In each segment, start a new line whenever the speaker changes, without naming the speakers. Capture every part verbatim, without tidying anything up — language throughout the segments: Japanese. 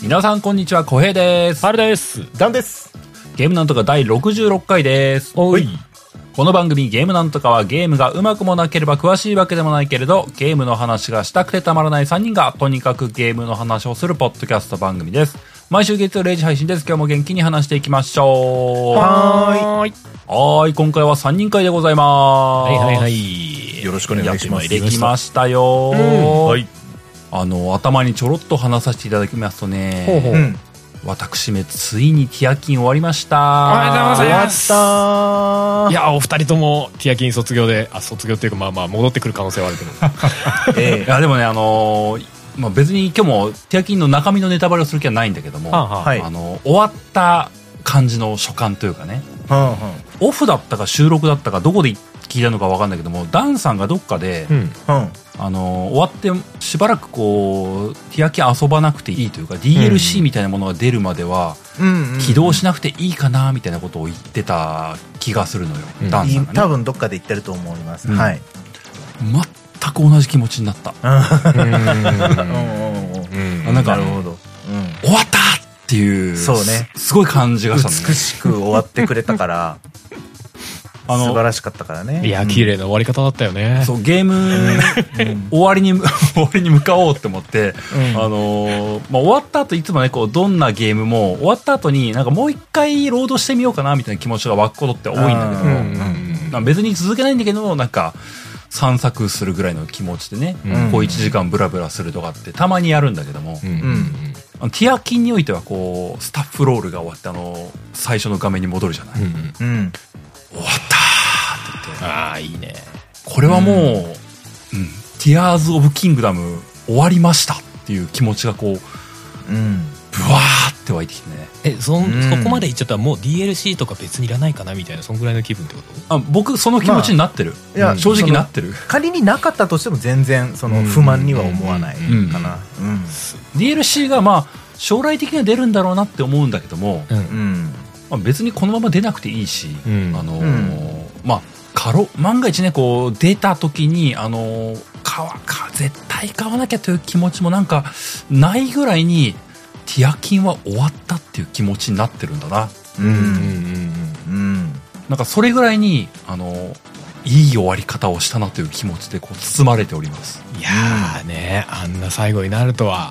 皆さんこんにちは、小平です。
パルです。
ダンです。
ゲームなんとかだいろくじゅうろっかいです。
おい。
この番組ゲームなんとかはゲームがうまくもなければ詳しいわけでもないけれど、ゲームの話がしたくてたまらないさんにんがとにかくゲームの話をするポッドキャスト番組です。毎週月曜れいじ配信です。今日も元気に話していきましょう。
はーい。
はーい。今回はさんにん会でございます。
はいはいはい。
よろしくお願いします。
できましたよ、
うん、はい。
あの頭にちょろっと話させていただきますとね、
ほうほう、うん、
私めついにティアキン終わりました。
おめでとうございます。
終わった。
いやお二人ともティアキン卒業で、あ卒業っていうかまあまあ戻ってくる可能性はあるけど、
ええ、いやでもねあのーまあ、別に今日もティアキンの中身のネタバレをする気はないんだけども、はあはあ、あの終わった感じの所感というかね、はあはあ、オフだったか収録だったかどこで聞いたのか分かんないけども、ダンさんがどっかで、うん、あの終わってしばらくこうティアキン遊ばなくていいというか ディーエルシー みたいなものが出るまでは起動しなくていいかなみたいなことを言ってた気がするのよ、うん、ダンさんがね。
多分どっかで言ってると思います、うん、はい。
全く同じ気持ちになった。なんかなるほど、うん、終わったっていう
そうね、
すごい感じがしたのね。
美しく終わってくれたからあの素晴らしかったからね。
いや綺麗な終わり方だったよね。
そうゲーム、うん、終わりに終わりに向かおうって思って、うん、あのーまあ、終わった後いつもねこうどんなゲームも終わった後になんかもう一回ロードしてみようかなみたいな気持ちが湧くことって多いんだけど、うん、別に続けないんだけどなんか散策するぐらいの気持ちでね、うん、こういちじかんブラブラするとかってたまにやるんだけども、うんうん、あのティアキンにおいてはこうスタッフロールが終わってあの最初の画面に戻るじゃない、うんうん、終わったーって言って、
ああいいね、
これはもう、うんうん、ティアーズ・オブ・キングダム終わりましたっていう気持ちがこう、うん、ブワーって湧いてきてね。
え そ, そこまでいっちゃったらもう ディーエルシー とか別にいらないかなみたいな、そんぐらいの気分ってこと？
あ僕その気持ちになってる、まあ、いや正直なってる。
仮になかったとしても全然その不満には思わないかな。
ディーエルシー がまあ将来的には出るんだろうなって思うんだけども、うんうんまあ、別にこのまま出なくていいし、うん、あのーうん、まあかろ万が一ねこう出た時にあのー、買わか絶対買わなきゃという気持ちもなんかないぐらいにティアキンは終わったっていう気持ちになってるんだな。うんうんうんうん。なんかそれぐらいにあのいい終わり方をしたなという気持ちでこう包まれております。
いやーね、あんな最後になるとは。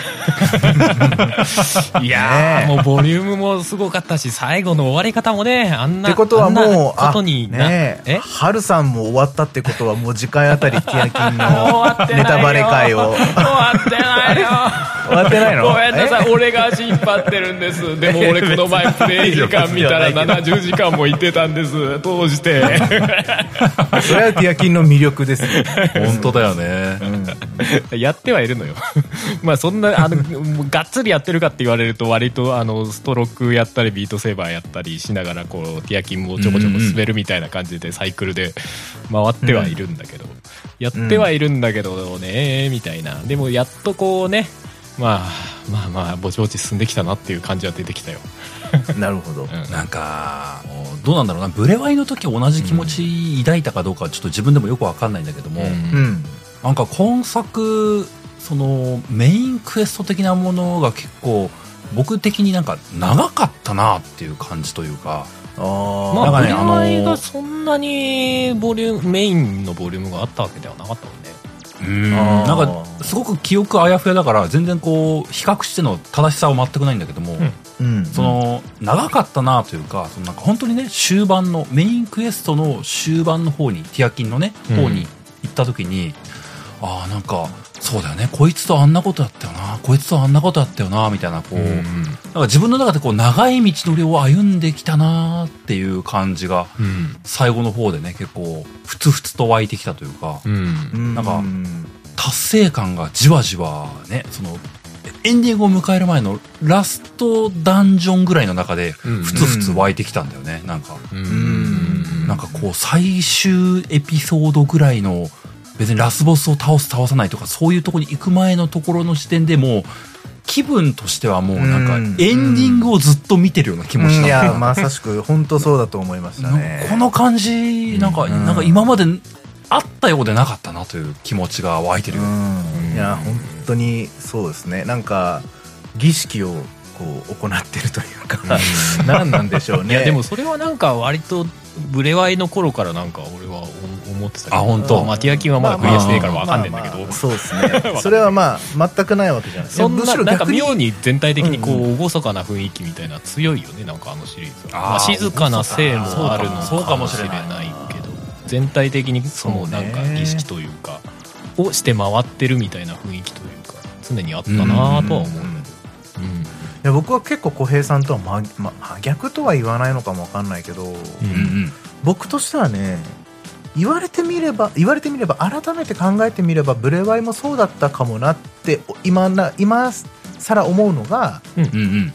いやーもうボリュームもすごかったし、最後の終わり方もね、あんな
ってことはもう
ことにな、
ねえ、ハルさんも終わったってことはもう次回あたりティアキンのネタバレ会を
終わってないよ
終わってないの？
ごめんなさい、俺が足引っ張ってるんです。でも俺この前プレイ時間見たらななじゅうじかんもいってたんです。どうして
それはティアキンの魅力ですよ。
本当だよね、
うん、やってはいるのよまあそんなあのがっつりやってるかって言われると割とあのストロークやったりビートセーバーやったりしながらこうティアキンもちょこちょこ滑るみたいな感じでサイクルで回ってはいるんだけど、うん、やってはいるんだけどねみたいな。でもやっとこうね、まあまあまあぼちぼち進んできたなっていう感じは出てきたよ
なるほど、
うん、なんかどうなんだろうな、ブレワイの時同じ気持ち抱いたかどうかちょっと自分でもよく分かんないんだけども、うん、なんか今作そのメインクエスト的なものが結構僕的になんか長かったなっていう感じというか、
あまあブレワイがそんなにボリュームメインのボリュームがあったわけではなかったもんね。
うんなんかすごく記憶あやふやだから全然こう比較しての正しさは全くないんだけども、うん、その長かったなというか、そのなんか本当にね終盤のメインクエストの終盤の方にティアキンのね方に行った時に、うん、ああなんかそうだよね、こいつとあんなことやったよな、こいつとあんなことやったよなみたいなこう、うん、なんか自分の中でこう長い道のりを歩んできたなっていう感じが、うん、最後の方でね結構ふつふつと湧いてきたというか、うん、なんか達成感がじわじわね、そのエンディングを迎える前のラストダンジョンぐらいの中でふつふつ湧いてきたんだよね、うん、なんかうんなんかこう最終エピソードぐらいの別にラスボスを倒す倒さないとかそういうところに行く前のところの時点でもう気分としてはもうなんかエンディングをずっと見てるような気持ちだった。い
やまさしく本当そうだと思いましたね。
この感じなんか、なんか今まであったようでなかったなという気持ちが湧いてるよ。
いや本当にそうですね。なんか儀式をこう行ってるというか何なんでしょうね。
いやでもそれはなんか割とブレワイの頃からなんか俺は思ってたけど、
あ本当。
まあティアキンはまだクリアしてないから分かんないんだけど、
そうですね。それはまあ全くないわけじゃない。
そんななんか妙に全体的にこう厳かな雰囲気みたいな強いよね、なんかあのシリーズは。まあ静かなせいもあるのかもしれないけど、全体的にそのなんか儀式というかをして回ってるみたいな雰囲気というか常にあったなとは思うんだけど、うん
いや僕は結構小平さんとは真、ま、真逆とは言わないのかも分かんないけど、うんうん、僕としてはね言われてみれば言われてみれば改めて考えてみればブレワイもそうだったかもなって今な今更思うのが、うんうん、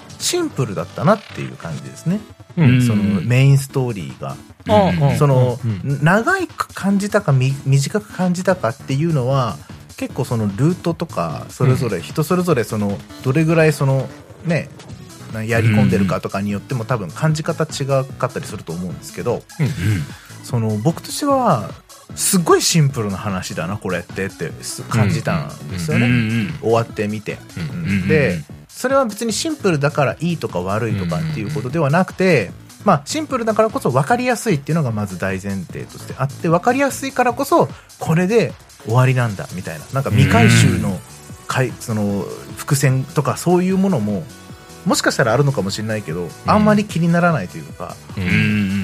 シンプルだったなっていう感じですね、うんうん、そのメインストーリーが、うんうん、その、うんうん、長く感じたか短く感じたかっていうのは結構そのルートとかそれぞれ人それぞれそのどれぐらいそのね、やり込んでるかとかによっても多分感じ方違かったりすると思うんですけど、うんうん、その僕としてはすごいシンプルな話だなこれってって感じたんですよね、うんうん、終わってみて、うんうん、でそれは別にシンプルだからいいとか悪いとかっていうことではなくて、まあ、シンプルだからこそ分かりやすいっていうのがまず大前提としてあって、分かりやすいからこそこれで終わりなんだみたいな、なんか未回収のその伏線とかそういうものももしかしたらあるのかもしれないけど、あんまり気にならないというか、うん、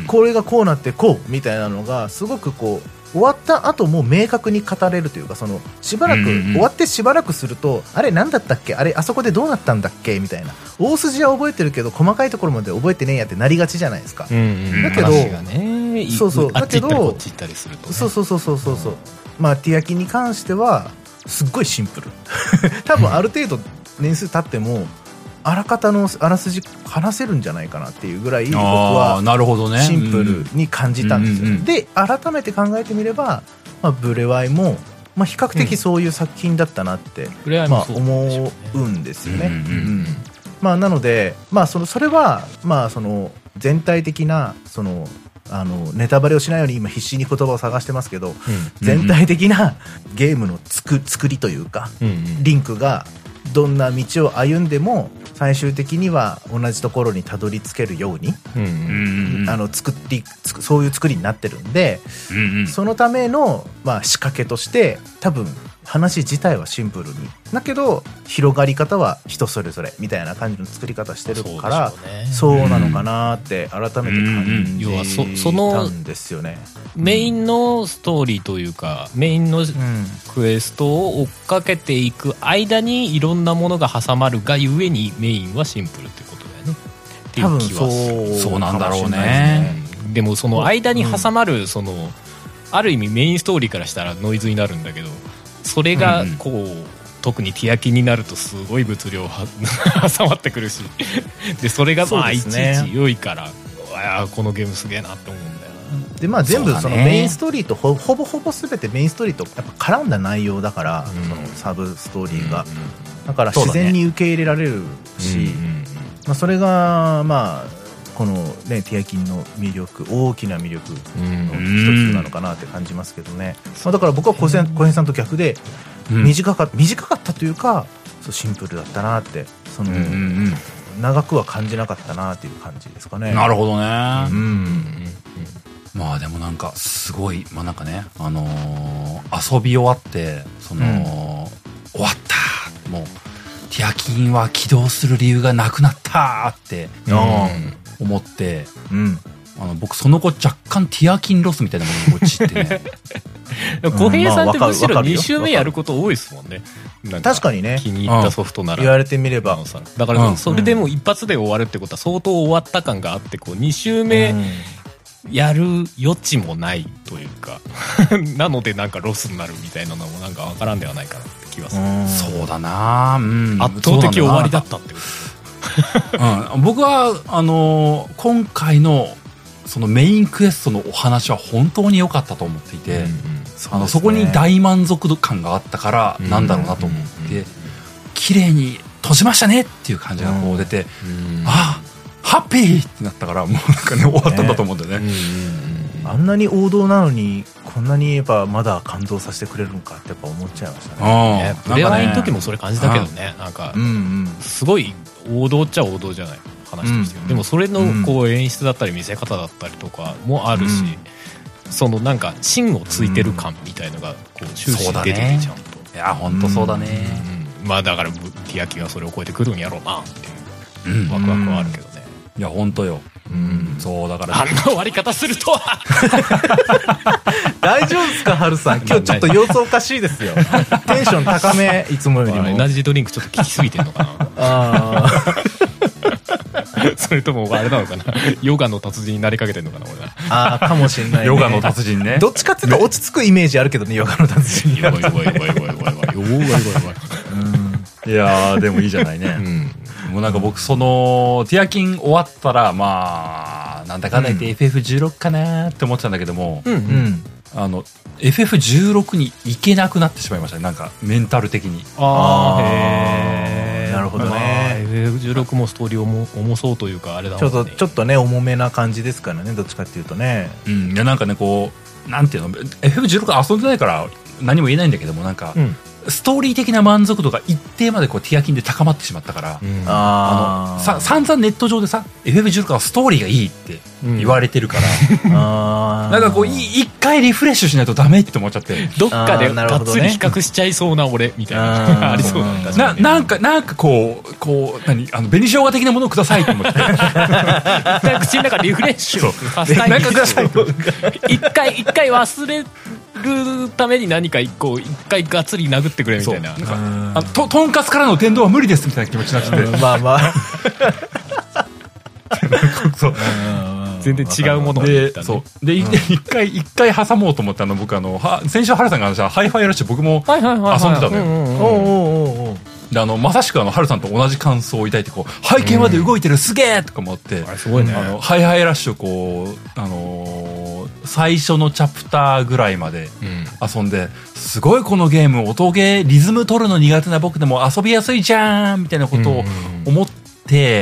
これがこうなってこうみたいなのがすごくこう終わった後も明確に語れるというか、そのしばらく、うんうん、終わってしばらくするとあれ何だったっけ、あれあそこでどうなったんだっけみたいな、大筋は覚えてるけど細かいところまで覚えてねえやってなりがちじゃないですか、うんうん、だけど話がね、そうそうだけどこっち行ったりすると、ね、そうそうそうそうそうそう、うん、まあティアキに関してはすっごいシンプル多分ある程度年数経ってもあらかたのあらすじ話せるんじゃないかなっていうぐらい僕はシンプルに感じたんですよ、うんうんうん、で改めて考えてみれば、まあ、ブレワイも、まあ、比較的そういう作品だったなって、うんまあ、思うんですよね、うんうんうんまあ、なので、まあ、そのそれは、まあ、その全体的なそのあのネタバレをしないように今必死に言葉を探してますけど、うん、全体的なゲームのつく作りというか、うんうん、リンクがどんな道を歩んでも最終的には同じところにたどり着けるように、うんうん、あの作りそういう作りになってるんで、うんうん、そのための、まあ、仕掛けとして多分話自体はシンプルにだけど広がり方は人それぞれみたいな感じの作り方してるから そう,、ね、そうなのかなって改めて感じたんですよね。
メインのストーリーというかメインのクエストを追っかけていく間にいろんなものが挟まるがゆえにメインはシンプルってことだよねっていう気はする。
そうなんだろうね。
でもその間に挟まるそのある意味メインストーリーからしたらノイズになるんだけど、それがこう、うん、特にティアキになるとすごい物量は挟まってくるしでそれがまあいちいち良いから、あこのゲームすげえなって思うんだよな。
でまあ全部そのメインストーリーと ほ, ほぼほぼ全てメインストーリーとやっぱ絡んだ内容だから、うん、そのサブストーリーが、うん、だから自然に受け入れられるし、ねうんうんまあ、それがまあこのねティアキンの魅力大きな魅力の一つなのかなって感じますけどね、まあ、だから僕は小平さんと逆で短かった、短かったというかそうシンプルだったなってその、うんうん、長くは感じなかったなっていう感じですかね。
なるほどね、うんうん、まあでもなんかすごいまあなんかね、あのー、遊び終わってその、うん、終わったもうティアキンは起動する理由がなくなったって、うん思って、うん、あの僕その後若干ティアキンロスみたいなものに陥ってね
小平さんってむしろに周目やること多いですもんね。
なんか確かにね
気に入ったソフトなら、
うん、言われてみれば
だからそれでも一発で終わるってことは相当終わった感があってこうに周目やる余地もないというかなのでなんかロスになるみたいなのもなんか分からんではないかなって気はする。
うそうだな、うん、
圧倒的終わりだったってこと
うん、僕はあのー、今回のそのメインクエストのお話は本当に良かったと思っていて、うんうん そ, あのそこに大満足度感があったからなんだろうなと思って、うんうん、綺麗に閉じましたねっていう感じがこう出て、うん、あハッピーってなったからもうなんかね終わったんだと思うんだよね、
うんうん、あんなに王道なのにここんなにやっぱまだ感動させてくれるのかってやっぱ思っちゃいましたね。
プレワイの時もそれ感じたけどね、なんかすごい王道っちゃ王道じゃない話として、うん、でもそれのこう演出だったり見せ方だったりとかもあるし、うん、そのなんか芯をついてる感みたいのがこう終始出ててちゃんと、
いや本当そうだね、
うん、まあだからティアキがそれを超えてくるんやろうなっていうワクワクはあるけどね。
いや本当よ、うん、そうだから
あんな終わり方するとは
大丈夫ですかハルさん、今日ちょっと様子おかしいですよテンション高めいつもよりも。
エナジードリンクちょっと効きすぎてんのかなあそれともあれなのかな、ヨガの達人になりかけてんのかな俺は。
ああかもしれない、ね、
ヨガの達人ね。
どっちかっていうと落ち着くイメージあるけどね、ヨガの達人。
ヨガヨガヨガヨガヨガヨガヨガヨ
ガ。いやーでもいいじゃないね、うん、もうなんか僕そのティアキン終わったらまあなんだかんだ言って エフエフじゅうろく かなって思ってたんだけども、うんうん、あの エフエフじゅうろく に行けなくなってしまいましたね、なんかメンタル的に。
ああへえ、
なるほどね、まあ、
エフエフじゅうろく もストーリー重重そうというかあれだもんね、
ちょっとちょっとね重めな感じですからね、どっちかっていうとね。
うん、いやなんかねこうなんていうの エフエフじゅうろく 遊んでないから何も言えないんだけども、なんか、うん、ストーリー的な満足度が一定までこうティアキンで高まってしまったから、うん、あのさ散々ネット上でさ エフエフじゅうろく はストーリーがいいって言われてるから、うん、あなんかこう一回リフレッシュしないとダメって思っちゃって、
どっかでがっつり比較しちゃいそうな俺みたいなありそうなんだ、ね、
な, なんかなんかこうこう何あの紅生姜的なものをくださいと思って
口の中リフレッシュさせたいんですよ一回一回忘れるために何か一個一回がっつり殴ってくれみたいな、
あととんかつからの天丼は無理ですみたいな気持ちになってて、まあまあ
そう全然違うものが
で、そうで、うん、一回一回挟もうと思ったの僕あのは先週ハルさんが話したハイファイラッシュ僕も遊んでたのよ。であのまさしくあのハルさんと同じ感想を抱いてこう背景まで動いてる、うん、すげえとか思って、
あれすごいね、
あのハイファイラッシュをこうあのー、最初のチャプターぐらいまで遊んで、うん、すごいこのゲーム音ゲーリズム取るの苦手な僕でも遊びやすいじゃんみたいなことを思って、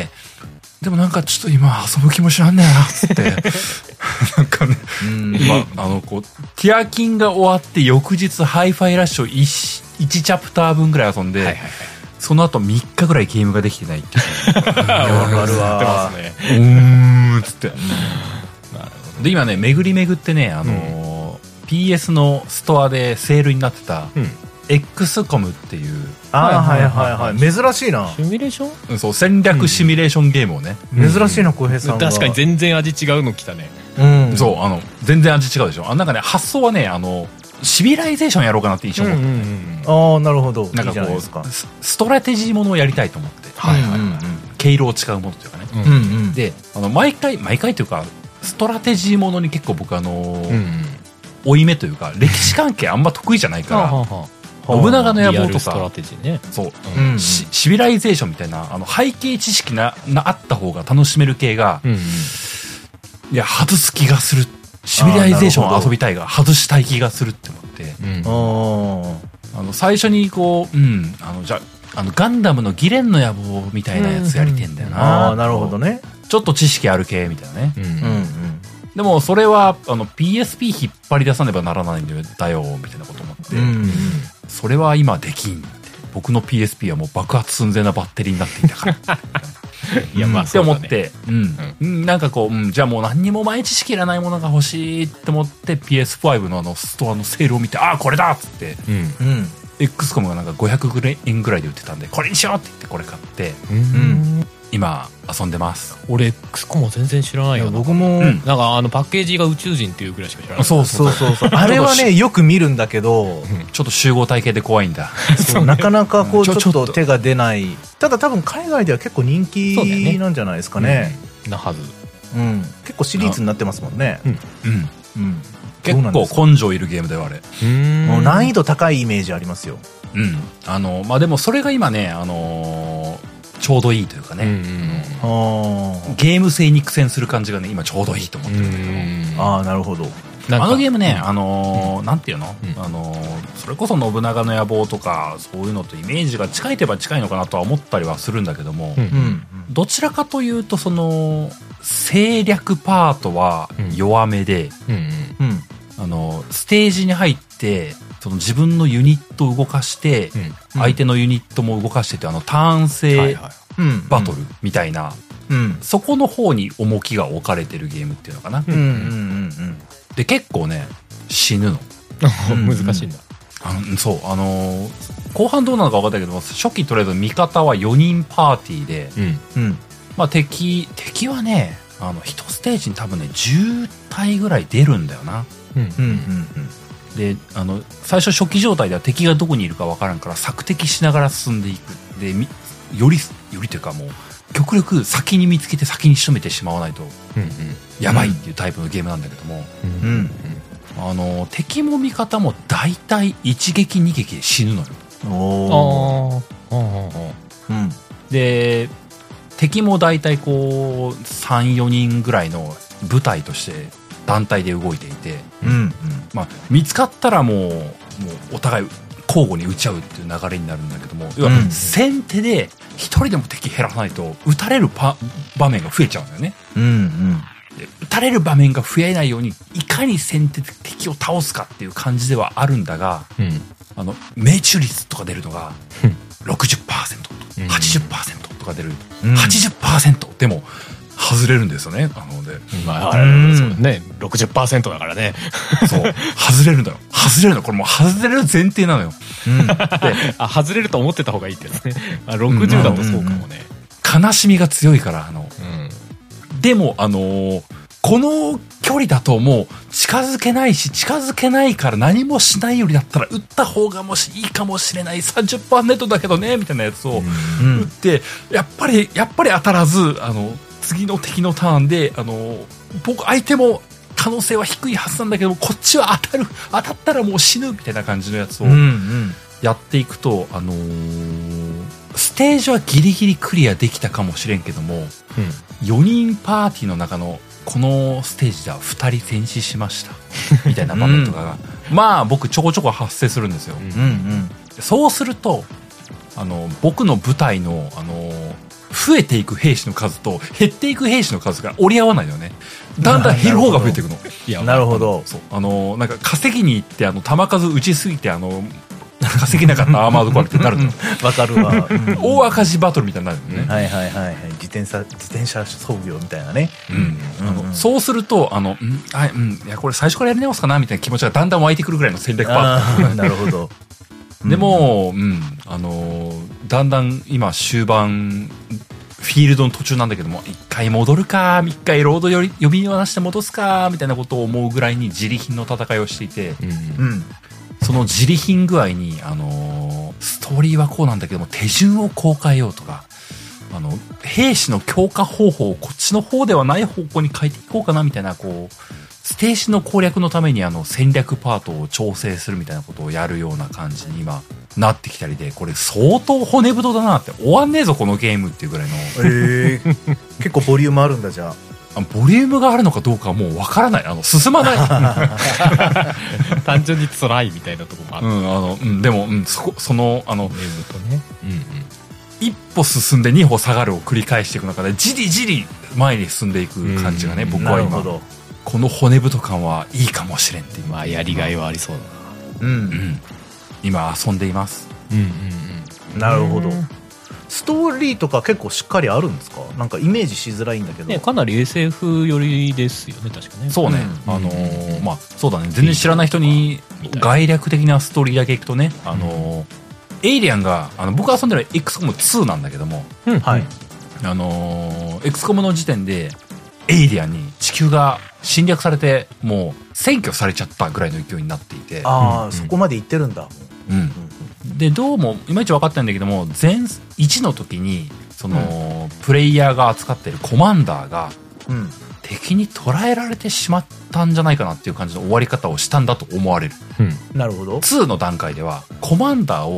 でもなんかちょっと今遊ぶ気もしらんねえなっつってなんかね、今あのこうティアキンが終わって翌日ハイファイラッシュを 1, いちチャプター分ぐらい遊んで、はいはいはい、その後みっかぐらいゲームができてないっていうわか
るわ
うーんっつってで今ね巡り巡ってねあの、うん、ピーエス のストアでセールになってた、うん、エックスコム っていう、
ああはいはいはい、珍しいな、
シミュレーショ
ン、そう戦略シミュレーションゲームをね、
うん、珍しいな小平さんが。
確かに全然味違うの来たね、
うん、そうあの全然味違うでしょ。あなんかね発想はねあのシビライゼーションやろうかなって印象を持って、うんうんうん、
ああなるほど、
なんかこうストラテジーものをやりたいと思って、はいはいはい、うんうん、毛色を違うものというかね、うんうん、であの毎回毎回というかストラテジーものに結構僕あの、うんうん、負い目というか歴史関係あんま得意じゃないから信長の野望とか
ストラテジーね、
そう、うん、シ, シビライゼーションみたいなあの背景知識ななあった方が楽しめる系が、うんうん、いや外す気がする、シビライゼーションを遊びたいが外したい気がするって思って、うん、ああの最初にこう、うん、あのじゃあのガンダムのギレンの野望みたいなやつやりてんだよな、うんうん、
あなるほどね、
ちょっと知識ある系みたいなね、うんうんうん、でもそれはあの ピーエスピー 引っ張り出さねばならないんだよみたいなこと思って、うんうん、それは今できんって、僕の ピーエスピー はもう爆発寸前なバッテリーになっていたから
いやまあ
って思って、うんうん、なんかこう、うん、じゃあもう何にも前知識いらないものが欲しいって思って ピーエスファイブ のあのストアのセールを見て、ああこれだっつって、うんうん、エックスコム がなんかごひゃくえんぐらいで売ってたんでこれにしようって言ってこれ買って、うんうん、今遊んでます。
俺 エックスコム 全然知らないよ。
僕も、うん、
なんかあのパッケージが宇宙人っていうぐらいしか知らない。
そうそうそうそうあれはねよく見るんだけど、うん、
ちょっと集合体系で怖いんだ
そうなかなかこうちょっと手が出ない。ただ多分海外では結構人気なんじゃないですかね。
うん、なはず、
うん、結構シリーズになってますもんね。うん、
うんうん、結構根性いるゲームだよあれ。
うーん、もう難易度高いイメージありますよ。
うん、あのまあでもそれが今ね、あのー、ちょうどいいというかね、うんうん、ゲーム性に苦戦する感じがね今ちょうどいいと思ってるんだけど、
ああなるほど。
あのゲームね、あのーうん、なんていうの、うん、あのー、それこそ信長の野望とかそういうのとイメージが近いといえば近いのかなとは思ったりはするんだけども、うんうん、どちらかというとその政略パートは弱めで、うんうんうん、あのステージに入って、その自分のユニットを動かして、うん、相手のユニットも動かしてて、あの、ターン制バトルみたいな、うん、そこの方に重きが置かれてるゲームっていうのかな。うんうんうんうん、で、結構ね、死ぬの。
難しいんだ。
あのそう、あのー、後半どうなのか分かんないけど、初期とりあえず味方はよにんパーティーで、うんうん、まあ敵、敵はね、あの、いちステージに多分ね、じゅう体ぐらい出るんだよな。うんうんうんうん、で、あの、最初初期状態では敵がどこにいるか分からんから、索敵しながら進んでいく。で、より、よりというかもう、極力先に見つけて先に仕留めてしまわないと、うんうん、やばいっていうタイプのゲームなんだけども、うんうんうん、あの、敵も味方も大体一撃二撃で死ぬのよ。おー。うん。で、敵も大体こう、さん、よにんぐらいの部隊として団体で動いていて、うんうん、まあ、見つかったらもう、もうお互い交互に撃ち合うっていう流れになるんだけども、要は先手で一人でも敵減らさないと撃たれるパ場面が増えちゃうんだよね。うんうん、で撃たれる場面が増えないようにいかに先手で敵を倒すかっていう感じではあるんだが、うん、あの命中率とか出るのが ろくじゅっパーセント、うん、はちじゅっパーセント とか出る、うん、はちじゅっパーセント でも外れるんですよね。あので、
まあ、あれそうね、ろくじゅっパーセント だからね。
そう、外れるんだよ。外れるの、これもう外れる前提なのよ。うん、で
あ、外れると思ってた方がいいってやつね。あ、ろくじゅうだとそうかもね。
うん、悲しみが強いから、あの、うん、でも、あのー、この距離だともう近づけないし、近づけないから何もしないよりだったら撃った方がもしいいかもしれない さんじゅっパーセント だけどね、みたいなやつを撃って、やっぱり、やっぱり当たらず、あの、次の敵のターンで、あの、僕、相手も可能性は低いはずなんだけど、こっちは当たる、当たったらもう死ぬみたいな感じのやつをやっていくと、あのー、ステージはギリギリクリアできたかもしれんけども、うん、よにんパーティーの中のこのステージではふたり戦死しましたみたいな場面とかが、うん、まあ僕ちょこちょこ発生するんですよ。うんうん、そうすると、あの、僕の部隊の、あのー、増えていく兵士の数と減っていく兵士の数が折り合わないよね。だんだん減る方が増えていくの。
いや、なるほど。
そう。あの、なんか稼ぎに行って、あの、弾数打ちすぎて、あの、稼げなかったアーマードコアってなるの。
わかるわ。うん、
大赤字バトルみたいになるよね。
はいはいはいはい。自転車、自転車操業みたいなね。
うん。あの、そうすると、あの、うん、あ、うん、いや、これ最初からやり直すかなみたいな気持ちがだんだん湧いてくるぐらいの戦略パート。
なるほど。
でも、うん、あの、だんだん今終盤、フィールドの途中なんだけども、一回戻るか、一回ロードより呼び回して戻すか、みたいなことを思うぐらいに自利品の戦いをしていて、うん、その自利品具合に、あのー、ストーリーはこうなんだけども、手順をこう変えようとか、あの、兵士の強化方法をこっちの方ではない方向に変えていこうかな、みたいな、こう、ステージの攻略のためにあの戦略パートを調整するみたいなことをやるような感じに今なってきたりで、これ相当骨太だなって、終わんねえぞこのゲームっていうぐらいの。
えー、結構ボリュームあるんだ。じゃあ
ボリュームがあるのかどうかはもうわからない。あの進まない
単純に辛いみたいなところもある。うん、あ
の、うん、でも、うん、そこ、そのあの
ゲームとね、うんうん、
一歩進んで二歩下がるを繰り返していく中でじりじり前に進んでいく感じがね、うん、僕は今この骨太感はいいかもしれんっていう、
まあやりがいはありそうだな。うん、うん、
今遊んでいます。うんうん
うん、なるほど。ストーリーとか結構しっかりあるんですか？なんかイメージしづらいんだけど、
ね、かなり エスエフ 寄りですよね、確かね。
そうね、うん、あのーうん、まあそうだね、全然知らない人に概略的なストーリーだけいくとね、あのーうん、エイリアンがあの僕が遊んでる エックスコムツー なんだけども、うん、はい、あのー、エックスコム の時点でエイリアンに地球が侵略されてもう占拠されちゃったぐらいの勢いになっていて、
ああ、うん、そこまで行ってるんだ。うん、
うん、でどうもいまいち分かってないんだけども、前いちの時にその、うん、プレイヤーが扱ってるコマンダーが、うん、敵に捕らえられてしまったんじゃないかなっていう感じの終わり方をしたんだと思われる。うん、
なるほど。
ツーの段階ではコマンダーを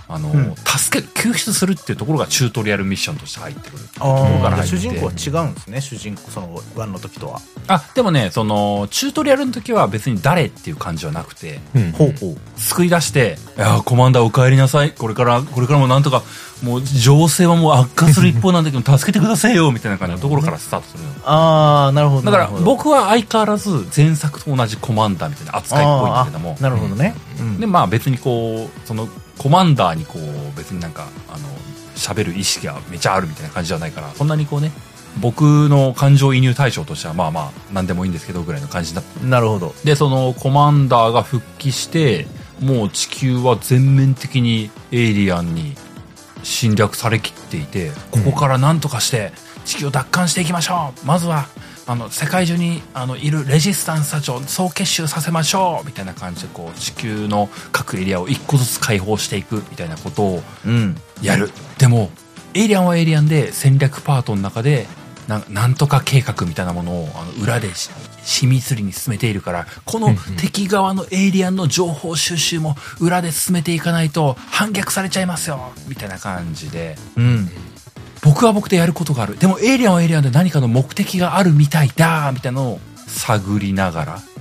あの、うん、助ける救出するっていうところがチュートリアルミッションとして入ってくるところから入って、
主人公は違うんですね。主人公そのワンの時とは。
あでもね、そのチュートリアルの時は別に誰っていう感じはなくて、うん、ほうほう救い出して、いやコマンダーお帰りなさい、これからこれからもなんとかもう情勢はもう悪化する一方なんだけど助けてくださいよみたいな感じのところからスタートする。
ああなるほど。
だから僕は相変わらず前作と同じコマンダーみたいな扱いっぽいんだけども、
なるほどね、
うん、でまあ別にこうそのコマンダーにこう別になんかあの喋る意識がめちゃあるみたいな感じじゃないから、そんなにこうね僕の感情移入対象としてはまあまあ何でもいいんですけどぐらいの感じだった。
なるほど。
でそのコマンダーが復帰してもう地球は全面的にエイリアンに侵略されきっていて、ここから何とかして地球を奪還していきましょう、まずはあの世界中にあのいるレジスタンスたちを総結集させましょうみたいな感じでこう地球の各エリアを一個ずつ解放していくみたいなことをやる、うん、でもエイリアンはエイリアンで戦略パートの中でな, なんとか計画みたいなものをあの裏で秘密裏に進めているから、この敵側のエイリアンの情報収集も裏で進めていかないと反逆されちゃいますよみたいな感じで、うん、僕は僕でやることがある、でもエイリアンはエイリアンで何かの目的があるみたいだみたいなのを探りながら、うん、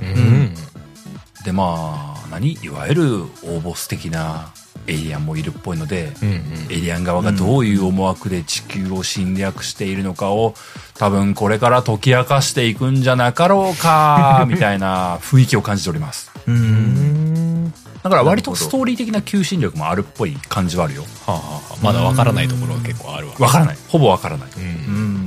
でまあ何いわゆる大ボス的なエイリアンもいるっぽいので、うんうん、エイリアン側がどういう思惑で地球を侵略しているのかを多分これから解き明かしていくんじゃなかろうかみたいな雰囲気を感じております。うーん、だから割とストーリー的な求心力もあるっぽい感じはあるよ。はあは
あ、まだわからないところは結構あるわ。
わからない、ほぼわからない。うん、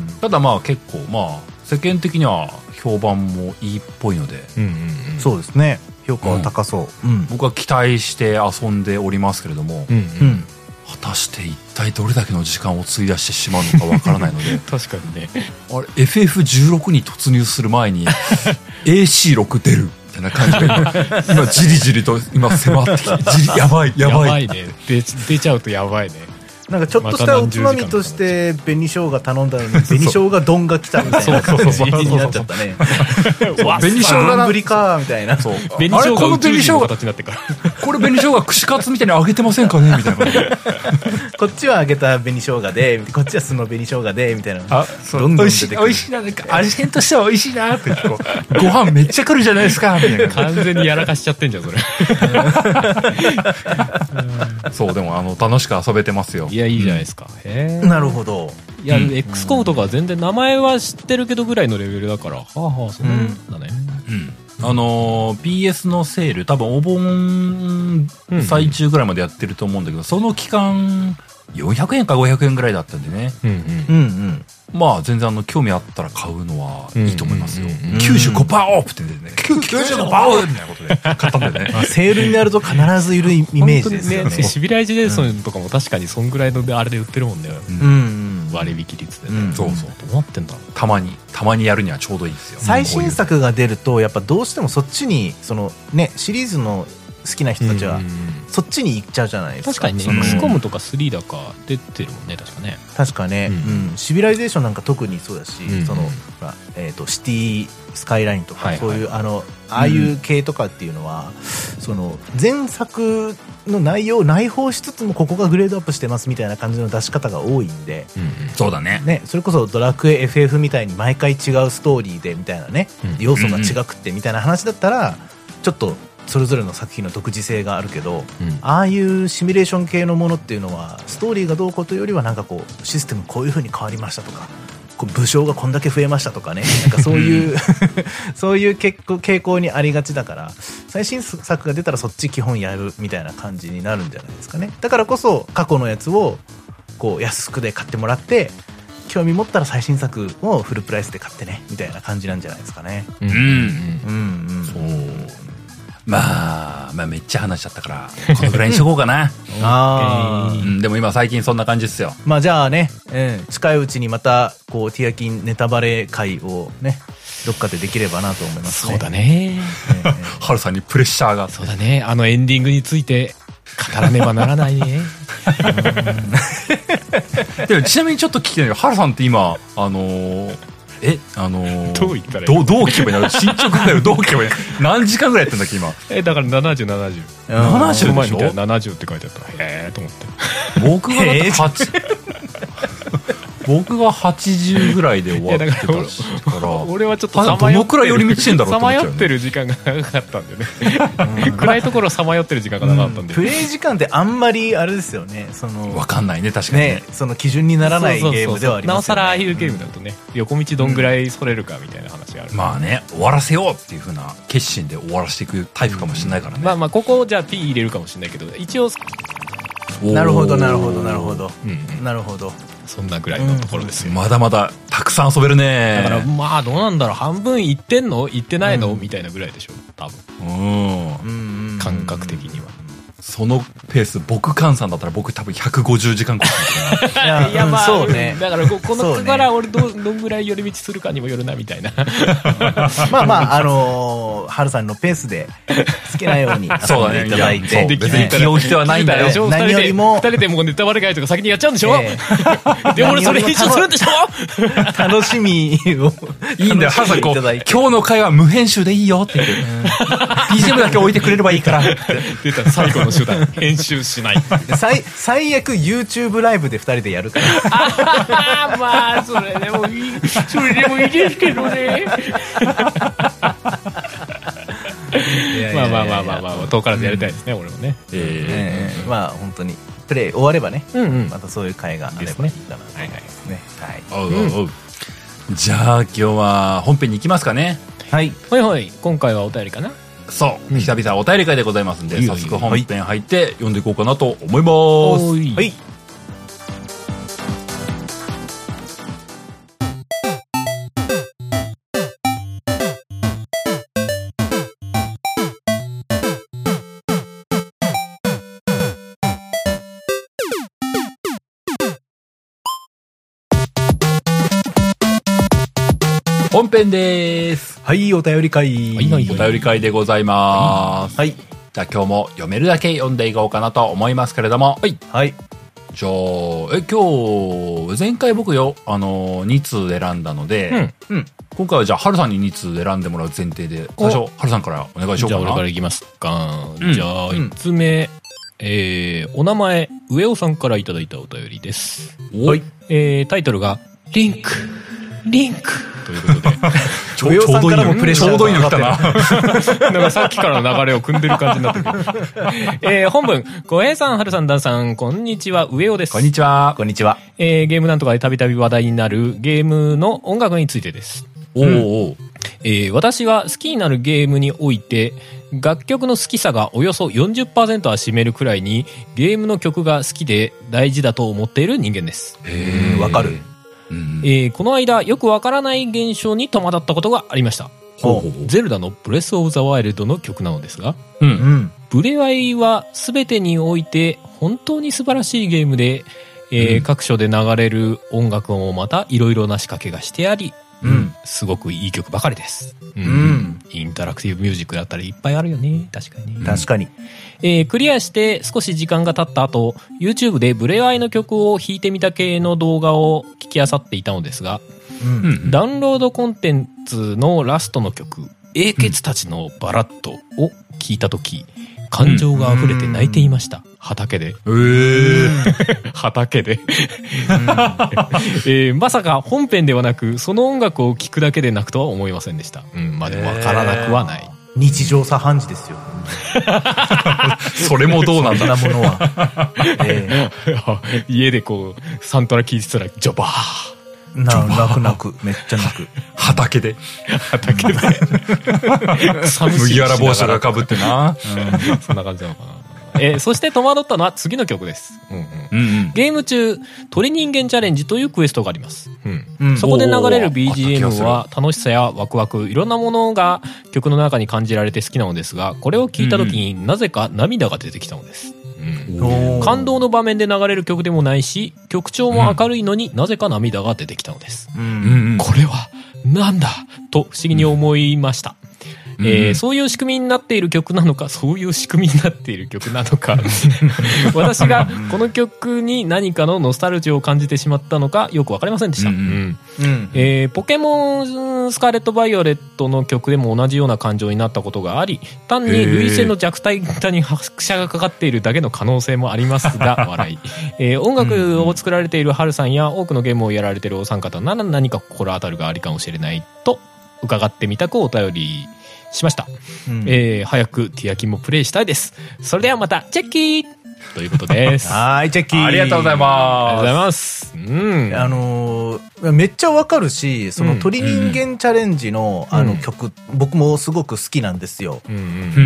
ただまあ結構まあ世間的には評判もいいっぽいので、うんうん
うん、そうですね、評価は高そう、うん、
僕は期待して遊んでおりますけれども、うんうん、果たして一体どれだけの時間を費やしてしまうのかわからないので
確かにね、
あれ エフエフじゅうろく に突入する前に エーシーろく 出るみたいな感じで今じりじりと今迫ってきてじりやばいやばい
やばいね、出ちゃうとやばいね。
なんかちょっとしたおつまみとして紅生姜頼んだのに紅生姜丼が来たみたいな感じになっちゃったね。紅生姜丼ぶりかみたいな。
そう、紅生姜宇宙人の形になってから
これ紅生姜串カツみたいに揚げてませんかねみたいな。
こっちは揚げた紅生姜でこっちは素の紅生姜でみたいな。
あ、そうどんどん出てくる。美味しいな、なんか味変としては美味しいなってこうご飯めっちゃ来るじゃないですかみたいな。
完全にやらかしちゃってんじゃんそれ。
そうでもあの楽しく遊べてますよ。
いやいいじゃないですか。へ
え。なるほど。
いや、うん、X コムとか全然名前は知ってるけどぐらいのレベルだから、はあはあ、そんなんだね。
うん。うん、あのー、ピーエス のセール多分お盆最中ぐらいまでやってると思うんだけど、うん、その期間よんひゃくえんかごひゃくえんぐらいだったんでね。うんうん。うんうん。まあ全然あの興味あったら買うのはいいと思いますよ。きゅうじゅうごパーセントオフって出てね、きゅうじゅうごパーセントオフみたいなことで買ったんだよね。
まあ、セールになると必ずいるイメージですよね。
シビライゼーションとかも確かにそんぐらいのあれで売ってるもんね。うん。割引率でね。うん、そうそう。どうなってんだろう。
たまにたまにやるにはちょうどいいですよ。
最新作が出るとやっぱどうしてもそっちにそのねシリーズの好きな人たちはそっちに行っちゃうじゃないですか。
確かにね、エックスコムとかスリーだか出てるもんね、確かね。
確かね、うんうん、シビライゼーションなんか特にそうだし、うんうん、そのえーとシティスカイラインとか、はいはい、そういうあのああいう系とかっていうのは、うん、その前作の内容を内包しつつもここがグレードアップしてますみたいな感じの出し方が多いんで、
うんうん、そうだね。
ね、それこそドラクエ エフエフ みたいに毎回違うストーリーでみたいなね、うん、要素が違くってみたいな話だったらちょっとそれぞれの作品の独自性があるけど、うん、ああいうシミュレーション系のものっていうのはストーリーがどうこうというよりはなんかこうシステムこういう風に変わりましたとか、こう武将がこんだけ増えましたとかね、なんかそういうそういう傾向にありがちだから、最新作が出たらそっち基本やるみたいな感じになるんじゃないですかね。だからこそ過去のやつをこう安くで買ってもらって興味持ったら最新作をフルプライスで買ってねみたいな感じなんじゃないですかね。うんうんうん、
そうまあ、まあめっちゃ話しちゃったからこのぐらいにしとこうかな。あ、うん、でも今最近そんな感じですよ。
まあじゃあね、うん、近いうちにまたこうティアキンネタバレ会をねどっかでできればなと思いますね。
そうだね、
えー、ハルさんにプレッシャーが。
そうだね、あのエンディングについて語らねばならないね。
でもちなみにちょっと聞きたいのよ、ハルさんって今あのーえ、あのー、
どう言ったらいい
どう、どう聞けばいいの進捗具合をどう聞けばいいの何時間ぐらいやってんだっけ、今。
え、だからななじゅう、ななじゅう。
ななじゅうでしょ？
前見たらななじゅうって書いてあった。へーと思って。
僕がだってはち、僕がはちじゅうぐらいで終わってたから、
俺はちょっと
さまよってる、どのくらい寄り道してんだろうと思っちゃう、ね、
さまよってる時間が長かったんでね暗いところさまよってる時間が長かったんで、
うん、プレイ時間ってあんまりあれですよね、その
分かんないね、確かに ね,
ね、その基準にならないゲームではありますよね。
なおさらああいうゲームだとね、うん、横道どんぐらいそれるかみたいな話がある、
うん、まあね、終わらせようっていう風な決心で終わらせていくタイプかもしれないからね、うん、
まあまあここじゃあ P 入れるかもしれないけど、一応
なるほどなるほどなるほど、
うんうん、
なるほど、
そんなぐらいのところですよ、
うん、まだまだたくさん遊べるね。
だからまあどうなんだろう、半分いってんのいってないの、うん、みたいなぐらいでしょ多分、うん、感覚的には。
そのペース、僕換算だったら僕多分ひゃくごじゅうじかんコース
いや、いやまあ、そうね、だからこの区から俺どどんぐらい寄り道するかにもよるなみたいな
まあまあ、あのー、ハルさんのペースで好きなように遊んでいただいて、
別に気をしてはないんだよ。
何よりも
ふたりでもうネタバレ会とか先にやっちゃうんでしょ、えー、で俺それ編集するんでしょ
楽しみを
いいんだよ、ハルさんこう今日の回は無編集でいいよって言って ビージーエム だけ置いてくれればいいから
出た最後の手段編集しない
最, 最悪 YouTube ライブでふたりでやるから
あまあそれでもいいそれでもいいですけどねまあまあまあまあまあ遠からずやりたいですね、うん、俺もね、
えーえー、まあ本当にプレイ終わればね、うんうん、またそういう回があればいいかなと思いますね。
はいはい、おうおうおう、じゃあ今日は本編に行きますかね。
はい
はいはい、今回はお便りかな。
そう、うん、久々お便り会でございますんで、いいよいいよ、早速本編入って読んでいこうかなと思います。
はい、はい、
本編です。
はい、お便り会、
はいはい、お便り会でございます。
はい、
じゃあ今日も読めるだけ読んでいこうかなと思いますけれども、
はい、はい、
じゃあえ今日前回僕よあのに通選んだので、うんうん、今回はじゃあハルさんにに通選んでもらう前提で最初ハルさんからお願いしようかな。
じゃあ俺からいきますか、うん、じゃあいちつめ、うん、えー、お名前上尾さんからいただいたお便りです。
はい、
えー、タイトルがリンクリンクということで
ちょうどいいの、ちょうどいいの来たな
なんかさっきからの流れを組んでる感じになってるえー、本文、小平さん、春さん、ダンさん、こんにちは、上尾です。
こんにちは。
こんにちは。
えー、ゲームなんとかでたびたび話題になるゲームの音楽についてです。
おーおー、
えー、私が好きになるゲームにおいて楽曲の好きさがおよそ よんじゅっパーセント は占めるくらいにゲームの曲が好きで大事だと思っている人間です。
へー、わかる。
うん、えー、この間よくわからない現象に戸惑ったことがありました。
ほうほう、
ゼルダのブレスオブザワイルドの曲なのですが、
うんうん、
ブレワイは全てにおいて本当に素晴らしいゲームで、えーうん、各所で流れる音楽もまたいろいろな仕掛けがしてあり、うん、すごくいい曲ばかりです、うんうん、インタラクティブミュージックだったりいっぱいあるよね。確かにね。
確かに、
えー、クリアして少し時間が経った後 YouTube でブレワイの曲を弾いてみた系の動画を聞き漁っていたのですが、うん、ダウンロードコンテンツのラストの曲英傑たちのバラッドを聞いた時感情が溢れて泣いていました。畑で。
えー、
畑で、えー。まさか本編ではなく、その音楽を聴くだけで泣くとは思いませんでした。うん、まあでもわからなくはない。
えー、日常茶飯事ですよ。
それもどうなんだ。
そんなものは。
えー、家でこう、サントラ聴いてたら、ジョバー。
な、泣く泣く。めっちゃ泣く。
畑で。
畑で。
麦わら帽子がかぶってな。
うん、そんな感じなのかな。えー、そして戸惑ったのは次の曲です。うんうんうんうん、ゲーム中、鳥人間チャレンジというクエストがあります。うんうん、そこで流れる ビージーエム は楽しさやワクワク、いろんなものが曲の中に感じられて好きなのですが、これを聴いた時になぜか涙が出てきたのです。うん、感動の場面で流れる曲でもないし曲調も明るいのになぜか涙が出てきたのです、うん、これはなんだと不思議に思いました、 えー、そういう仕組みになっている曲なのか、そういう仕組みになっている曲なのか私がこの曲に何かのノスタルジーを感じてしまったのかよく分かりませんでした。うんうんうんえー、ポケモンスカーレット・バイオレットの曲でも同じような感情になったことがあり、単に涙腺の弱体に拍車がかかっているだけの可能性もありますが笑い、えー、音楽を作られているハルさんや多くのゲームをやられているお三方なら何か心当たるがありかもしれないと伺ってみたくお便りしました。うんえー、早くティアキンもプレイしたいです。それではまたチェッキーということです。
はいチェッキー
ありがとうございます。
ありがとうございます。うん、
あのー、めっちゃわかるし、その鳥人間チャレンジのあの曲、うん、僕もすごく好きなんですよ。うんうん、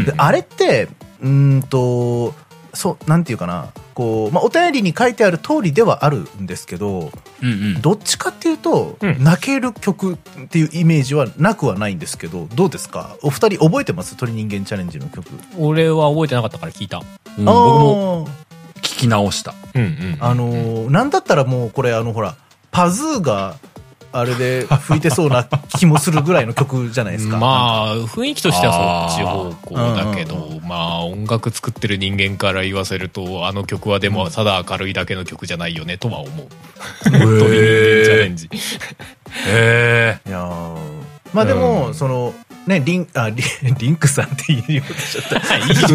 であれってうんとそうなんていうかなこう、まあ、お便りに書いてある通りではあるんですけど、うんうん、どっちかっていうと、うん、泣ける曲っていうイメージはなくはないんですけど、どうですかお二人覚えてます？鳥人間チャレンジの曲。
俺は覚えてなかったから聞いた、
うん、僕も聞き直した、うんうん、
あのー、なんだったらもうこれあのほらパズーがあれで吹いてそうな気もするぐらいの曲じゃないですか。
まあ雰囲気としてはそっち方向だけど、うんうん、まあ音楽作ってる人間から言わせるとあの曲はでもただ明るいだけの曲じゃないよねとは思う。鳥人間チャレンジ。
へえ。いやまあでも、うん、そのねリンあリリンクさんって言おうとしちゃった。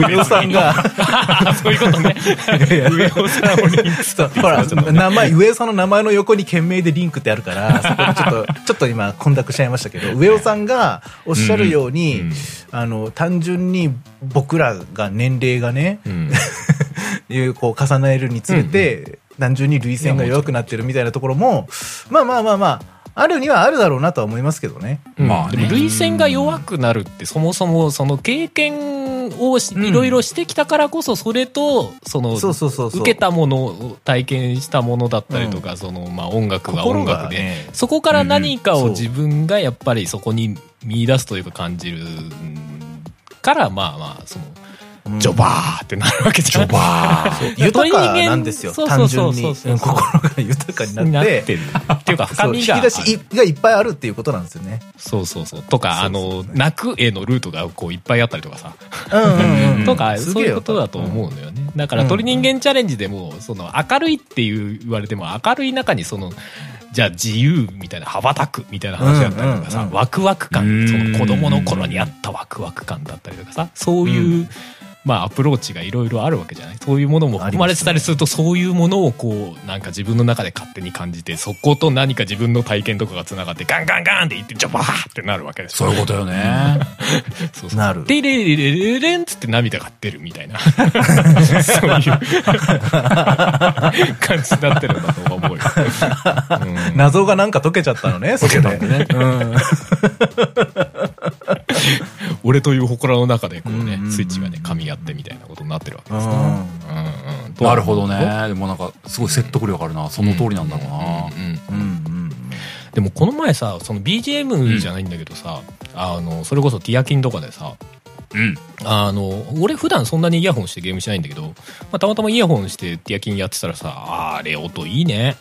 上尾さんが
そういうことね。上尾さんをリンクさん。
ほら名前上尾さんの名前の横に懸命でリンクってあるからそこでちょっとちょっと今混濁しちゃいましたけど、上尾さんがおっしゃるように、うん、あの単純に僕らが年齢がね、うん、いうこう重ねるにつれて、うんうん、単純に涙腺が弱くなってるみたいなところもまあまあまあまあ。あるにはあるだろうなとは思いますけどね。
うん、まあ、でも涙腺が弱くなるってそもそもその経験をいろいろしてきたからこそそれとその受けたものを体験したものだったりとか、うん、そのまあ音楽が音楽で、ね、そこから何かを自分がやっぱりそこに見出すというか感じるからまあまあそのジョバーってなるわけじゃん。ジョバ
ー豊かなんですよ。単純に心が豊かになって
ってるっていうか深みが
引き出しがいっぱいあるっていうことなんですよね。
そうそうそうとかあの泣くへのルートがこういっぱいあったりとかさとかそういうことだと思うのよね。だから鳥人間チャレンジでもその明るいっていう言われても明るい中にそのじゃあ自由みたいな羽ばたくみたいな話だったりとかさ、ワクワク感、その子供の頃にあったワクワク感だったりとかさ、そういうまあアプローチがいろいろあるわけじゃない。そういうものも含まれてたりすると、そういうものをこうなんか自分の中で勝手に感じて、そこと何か自分の体験とかがつながってガンガンガンっていってジャバーってなるわけです
よ。そういうことよね。
そうそうなる。でレレレレレンつって涙が出るみたいなそういう感じになってるんだと思うよ。
うん、謎がなんか解けちゃったのね。
解けたんでね。うん俺という祠の中でこうね、うんうんうん、スイッチがね噛み合ってみたいなことになってるわけですね。うん
うん、なるほどね。でもなんかすごい説得力あるな。その通りなんだろうな。
でもこの前さ、その ビージーエム じゃないんだけどさ、うん、あのそれこそティアキンとかでさ、うん、あの俺普段そんなにイヤホンしてゲームしないんだけど、まあ、たまたまイヤホンしてティアキンやってたらさ、あれ音いいね。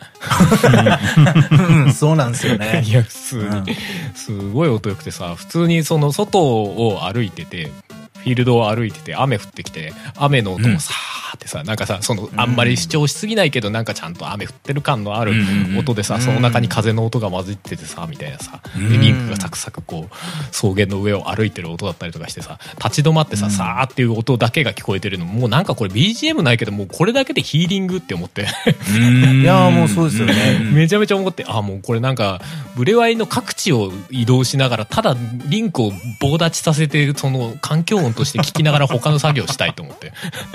そうなんですよね。
いや普通に、うん、すごい音良くてさ、普通にその外を歩いててフィールドを歩いてて雨降ってきて雨の音もさーってさ、なんかさそのあんまり主張しすぎないけどなんかちゃんと雨降ってる感のある音でさ、その中に風の音が混じっててさみたいなさ、でリンクがサクサクこう草原の上を歩いてる音だったりとかしてさ、立ち止まってささーっていう音だけが聞こえてるのもうなんかこれ ビージーエム ないけどもうこれだけでヒーリングって思って
いやもうそうですよね。
めちゃめちゃ思って、あもうこれなんかブレワイの各地を移動しながらただリンクを棒立ちさせてその環境音として聞きながら他の作業したいと思って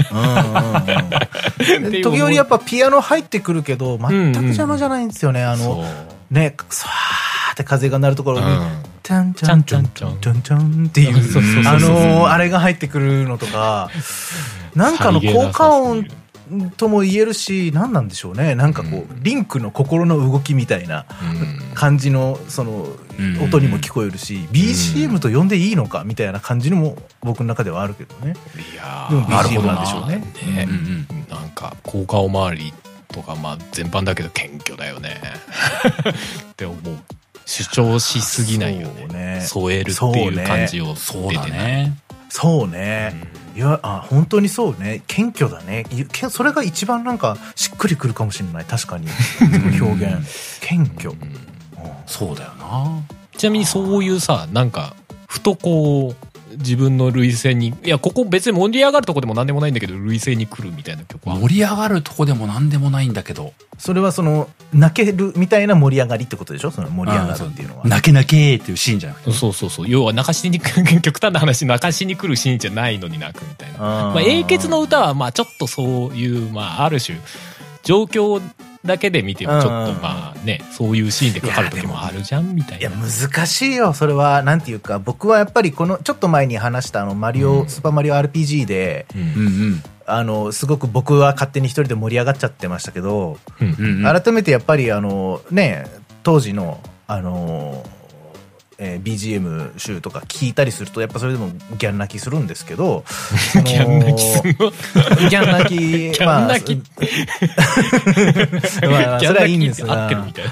時折やっぱピアノ入ってくるけど全く邪魔じゃないんですよね。あのねスワーって風が鳴るところにチャンチャンチャンチャンチャンチャンっていうあのあれが入ってくるのとかなんかの効果音とも言えるし、何なんでしょうね。なんかこう、うん、リンクの心の動きみたいな感じのその音にも聞こえるし、うん、ビージーエム と呼んでいいのかみたいな感じにも僕の中ではあるけどね。
いや
でも ビージーエム なんでしょうね。
ね、うんうん、なんか効果音周りとかまあ全般だけど謙虚だよねって思う。主張しすぎないよね。 添えるっていう感じを
そうね。そうだね。
そうね。うん、いや、あ、本当にそうね。謙虚だね。それが一番なんかしっくりくるかもしれない。確かに。表現。謙虚、うん。
そうだよな。
ちなみにそういうさ、なんか、ふとこう、自分の類線に、いや、ここ別に盛り上がるとこでも何でもないんだけど、類線に来るみたいな曲は。
盛り上がるとこでも何でもないんだけど。
それはその、泣けるみたいな盛り上がりってことでしょ、その盛り上がるっていうのは。
泣け泣けっていうシーンじゃなくて。
そうそうそう。要は泣かしに、極端な話、泣かしに来るシーンじゃないのに泣くみたいな。あまあ、英傑の歌は、まあ、ちょっとそういう、まあ、ある種、状況だけで見てもちょっとまあね、そういうシーンでかかる時もあるじゃんみたいな。
いや難しいよそれは。なんていうか、僕はやっぱりこのちょっと前に話したあのマリオ、うん、スーパーマリオ アールピージー で、うんうん、あのすごく僕は勝手に一人で盛り上がっちゃってましたけど、うんうんうん、改めてやっぱりあのね、当時のあのえー、ビージーエム 集とか聞いたりするとやっぱそれでもギャン泣きするんですけど
ギャン泣きするの
ギャン泣き
ギャン泣き
まあそれはいいんですが、
合ってるみたい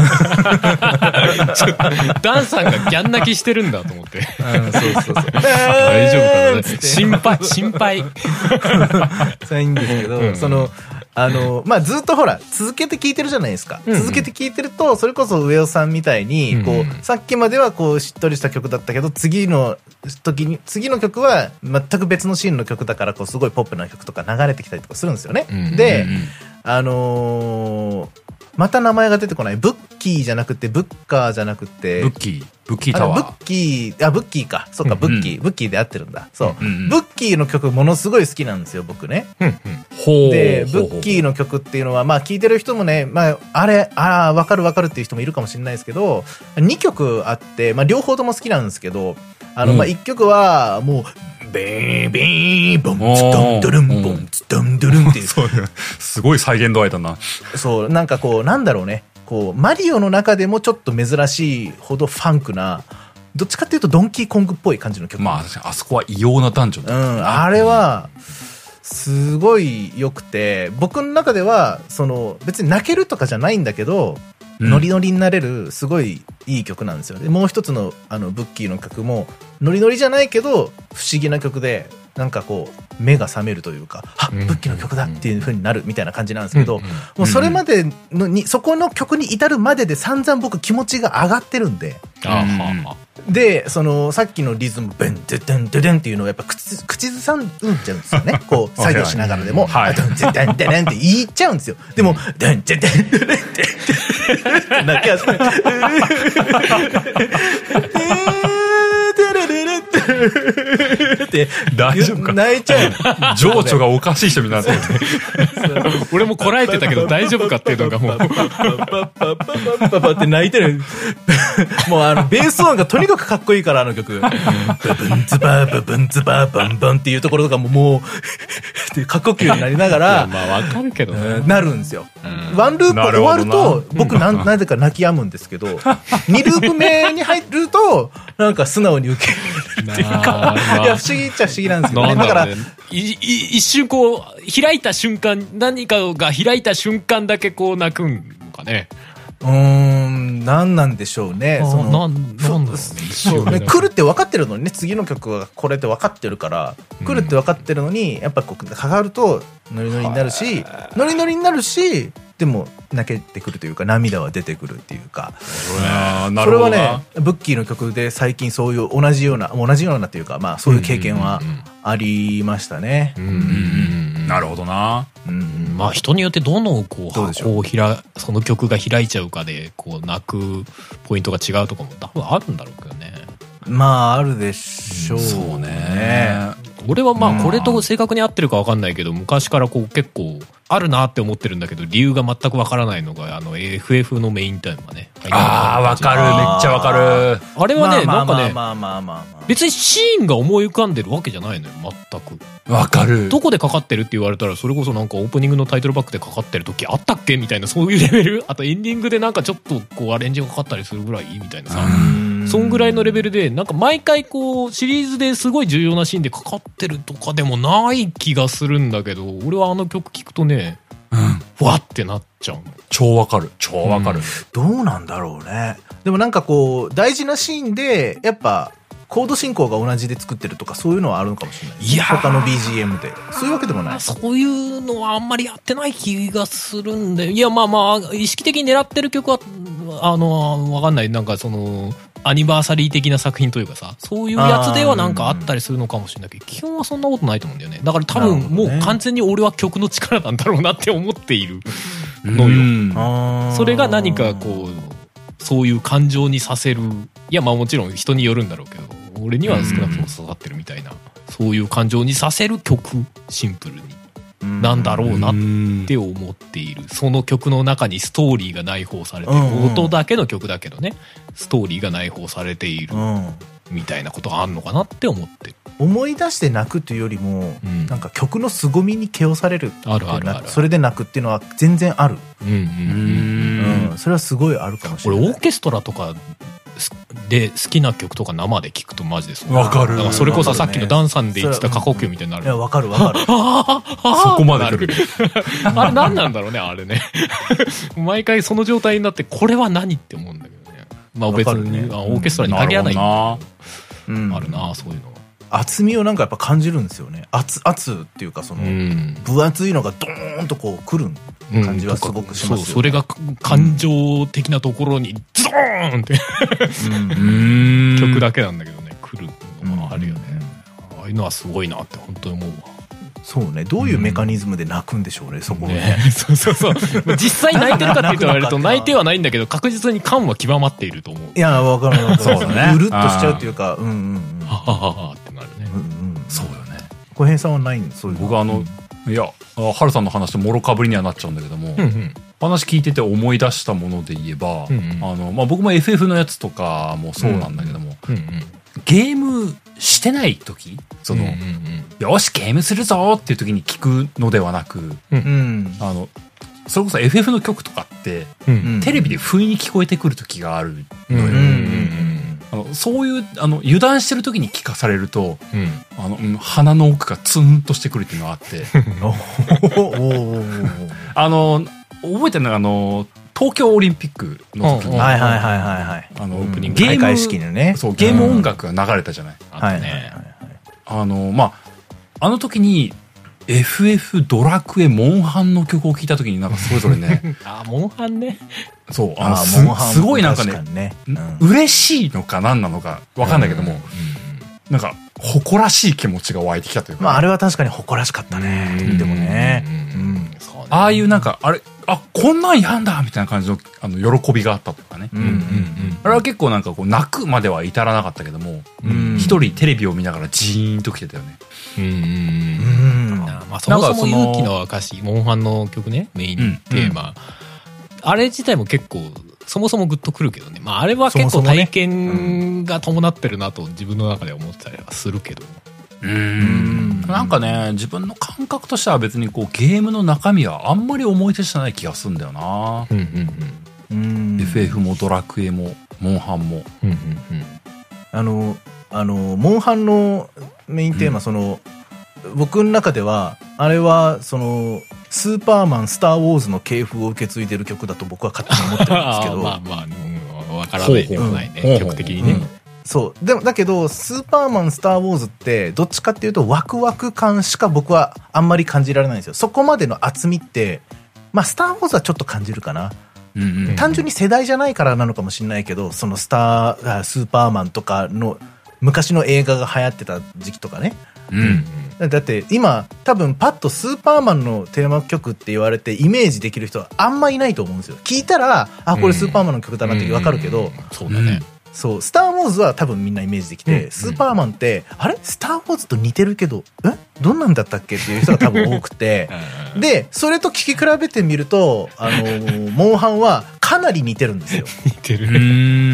なダンさんがギャン泣きしてるんだと思って、うん、そうそうそう大丈夫かな、心配心配
それはいいんですけど、うん、そのあのまあ、ずっとほら続けて聴いてるじゃないですか、うんうん、続けて聴いてるとそれこそ上尾さんみたいにこう、うんうん、さっきまではこうしっとりした曲だったけど次の時に次の曲は全く別のシーンの曲だからこうすごいポップな曲とか流れてきたりとかするんですよね、うんうんうん、であのー、また名前が出てこない、ブッキーじゃなくてブッカーじゃなくて
ブッキーブッキータワー、
ブッキー、あ、ブッキーか。そうか、ブッキー、うんうん、ブッキーで合ってるんだ。そう、うんうん。ブッキーの曲ものすごい好きなんですよ、僕ね。うんうん、で、ブッキーの曲っていうのは、まあ聴いてる人もね、まあ、あれ、ああ、わかるわかるっていう人もいるかもしれないですけど、にきょくあって、まあ両方とも好きなんですけど、あの、うん、まあいっきょくは、もう、ベーベーボンツドンドルンボンツドンドルンっていう。
そうね。すごい再現度合いだな。
そう、なんかこう、なんだろうね。こうマリオの中でもちょっと珍しいほどファンクな、どっちかっていうとドンキーコングっぽい感じの曲。
まああそこは異様なダンジョンだ、
うん、あれはすごい良くて、僕の中ではその別に泣けるとかじゃないんだけど、うん、ノリノリになれるすごいいい曲なんですよ。でもう一つのあのブッキーの曲もノリノリじゃないけど不思議な曲で、なんかこう目が覚めるというか、あ、ブッキーの曲だっていう風になるみたいな感じなんですけど、もうそれまでのにそこの曲に至るまでで散々僕気持ちが上がってるんで、でそのさっきのリズムベンデデンデデンっていうのをやっぱ口口ずさんじゃうんですよね。こう作業しながらでもデンデデンデデンって言っちゃうんですよ。でもデンデデンデデンデデン泣き始める。って
大丈夫か、
泣いちゃう。
情緒がおかしい人になってる。
俺もこらえてたけど大丈夫かっていうのがもうパパ
パパパパって泣いてる。もうあのベース音がとにかくかっこいいから、あの曲ブブンツバーブブンツバーバンバンっていうところとかももう過呼吸になりながら、
まあわかるけどね、
なるんですよ。ワンループ終わると僕ななぜか泣き止むんですけど、にループ目に入るとなんか素直に受け入れるっていうか、いや不思議っちゃ不思議なんですけどね。だから
一瞬こう開いた瞬間、何かが開いた瞬間だけこう泣くんかね。
うーん、何なんでしょうね。その
なんなんだろうね、一瞬
ね、来るって分かってるのにね、次の曲はこれって分かってるから、来るって分かってるのにやっぱこうかかるとノリノリになるし、ノリノリになるし、でも泣けてくるというか涙は出てくるっていうか、それはねブッキーの曲で最近そういう同じような同じようなというか、まあそういう経験はありましたね。
なるほどな。
うん、まあ人によってどのこう箱をひらその曲が開いちゃうかでこう泣くポイントが違うとかも多分あるんだろうけどね。
まああるでしょうね。そうね。
俺はまあこれと正確に合ってるか分かんないけど、昔からこう結構あるなって思ってるんだけど、理由が全く分からないのがあの エフエフ のメインテーマね。
ああ分かる、めっちゃ分かる。
あれはね、なんかね
ま
別にシーンが思い浮かんでるわけじゃないのよ、全く。
分かる。
どこでかかってるって言われたら、それこそなんかオープニングのタイトルバックでかかってる時あったっけみたいな、そういうレベル。あとエンディングでなんかちょっとこうアレンジがかかったりするぐらいみたいなさ、そんぐらいのレベルで、なんか毎回こうシリーズですごい重要なシーンでかかってるとかでもない気がするんだけど、俺はあの曲聴くとね、うん、 わってなっちゃうの。
超わかる。超わかる、うん。
どうなんだろうね。でもなんかこう、大事なシーンで、やっぱ、コード進行が同じで作ってるとかそういうのはあるのかもしれない。いや他の ビージーエム で。そういうわけでもない。
そういうのはあんまりやってない気がするんで。いや、まあまあ、意識的に狙ってる曲は、あの、わかんない。なんかその、アニバーサリー的な作品というかさ、そういうやつではなんかあったりするのかもしれないけど、基本はそんなことないと思うんだよね。だから多分もう完全に俺は曲の力なんだろうなって思っているのよ。それが何かこう、そういう感情にさせる。いや、まあもちろん人によるんだろうけど、俺には少なくとも刺さってるみたいな、そういう感情にさせる曲、シンプルになんだろうなって思っている。その曲の中にストーリーが内包されている、音だけの曲だけどね、ストーリーが内包されているみたいなことがあるのかなって思ってる。
思い出して泣くというよりも、うん、なんか曲の凄みに気をされる、
あるあるある、
それで泣くっていうのは全然ある。うんうんうんうん、それはすごいあるかもしれない。
俺オーケストラとかで好きな曲とか生で聴くとマジです
わかる。
だからそれこそさっきのダンさんで言ってた過呼吸みたいになる。
いやわかるわかる。
そこまで来る。
あれ何なんだろうねあれね。毎回その状態になってこれは何って思うんだけどね。まあ別に、ね、オーケストラに限らない。なうん、あるなそういうの。
厚みをなんかやっぱ感じるんですよね。厚厚っていうかその、うん、分厚いのがドーンとこう来る感じはすごくしますよね。うん、
そうそれが感情的なところにズドーンって、うん、曲だけなんだけどね来るのもあるよね。うん、ああいうのはすごいなって本当に思うわ。
そうね、どういうメカニズムで泣くんでしょうね、うん、そこね。
ねそうそうそう。実際泣いてるかって言われると泣いてはないんだけど確実に感は極まっていると思う。
いやわかるわかる。
そうだね。
うるっとしちゃうっていうか、うんうんうん。
ははははってなるね。うんうん。
そうよね。小平さんはないんそういうの。
僕はあの、うん、いやハルさんの話ともろかぶりにはなっちゃうんだけども、うんうん、話聞いてて思い出したもので言えば、うんうん、あのまあ僕も エフエフ のやつとかもそうなんだけども、うんうんうん、ゲームしてない時その、うんうんうん、よしゲームするぞっていう時に聞くのではなく、うん、あのそれこそ エフエフ の曲とかって、うんうん、テレビで不意に聞こえてくる時があるのよ、うんうんうん、あのそういうあの油断してる時に聞かされると、うん、あのうん、鼻の奥がツンとしてくるっていうのがあってあの覚えてるのがあの東京オリンピックの時に、
はいはいはいはいはい、
あの
オープニング開会式のね、
そうゲーム音楽が流れたじゃない。
うん、あったね。
あのまああの時に エフエフ ドラクエモンハンの曲を聴いた時になんかそれぞれね、
あモンハンね、
そうあのすすごいなんかね、ね、うん、嬉しいのか何なのか分かんないけども、うんうん、なんか誇らしい気持ちが湧いてきたというか、
まああれは確かに誇らしかったね。でもね、
うんうん、ああいうなんかあれあこんなんやんだみたいな感じのあの喜びがあったというかね、うんうんうん、あれは結構なんかこう泣くまでは至らなかったけども、一、うん、人テレビを見ながらジーンときてたよね。うんうん
うん、まあ、そもそも勇気の証モンハンの曲ねメインテーマ、うんうん、あれ自体も結構そもそもグッとくるけどね、まあ、あれは結構体験が伴ってるなと自分の中では思ってたりはするけど、
うーんなんかね自分の感覚としては別にこうゲームの中身はあんまり思い出してない気がするんだよな、うんうんうん、エフエフ もドラクエもモンハンも、うんうんうん、
あのあのモンハンのメインテーマ、うん、その僕の中ではあれはそのスーパーマンスターウォーズの系譜を受け継いでる曲だと僕は勝手に思ってるんですけど
まあまあ、うん、分からないでもないね、うん、曲的にね、うん
そうでもだけどスーパーマンスターウォーズってどっちかっていうとワクワク感しか僕はあんまり感じられないんですよ。そこまでの厚みってまあスターウォーズはちょっと感じるかな、うんうんうん、単純に世代じゃないからなのかもしれないけどそのスタースーパーマンとかの昔の映画が流行ってた時期とかね、うんうん、だって今多分パッとスーパーマンのテーマ曲って言われてイメージできる人はあんまいないと思うんですよ。聞いたらあこれスーパーマンの曲だなって分かるけど、うんうんうん、
そうだね、
そうスター・ウォーズは多分みんなイメージできて、うん、スーパーマンってあれスター・ウォーズと似てるけどえどんなんだったっけっていう人が多分多くてでそれと聞き比べてみるとあのモンハンはかなり似てるんですよ。
似てる、うん、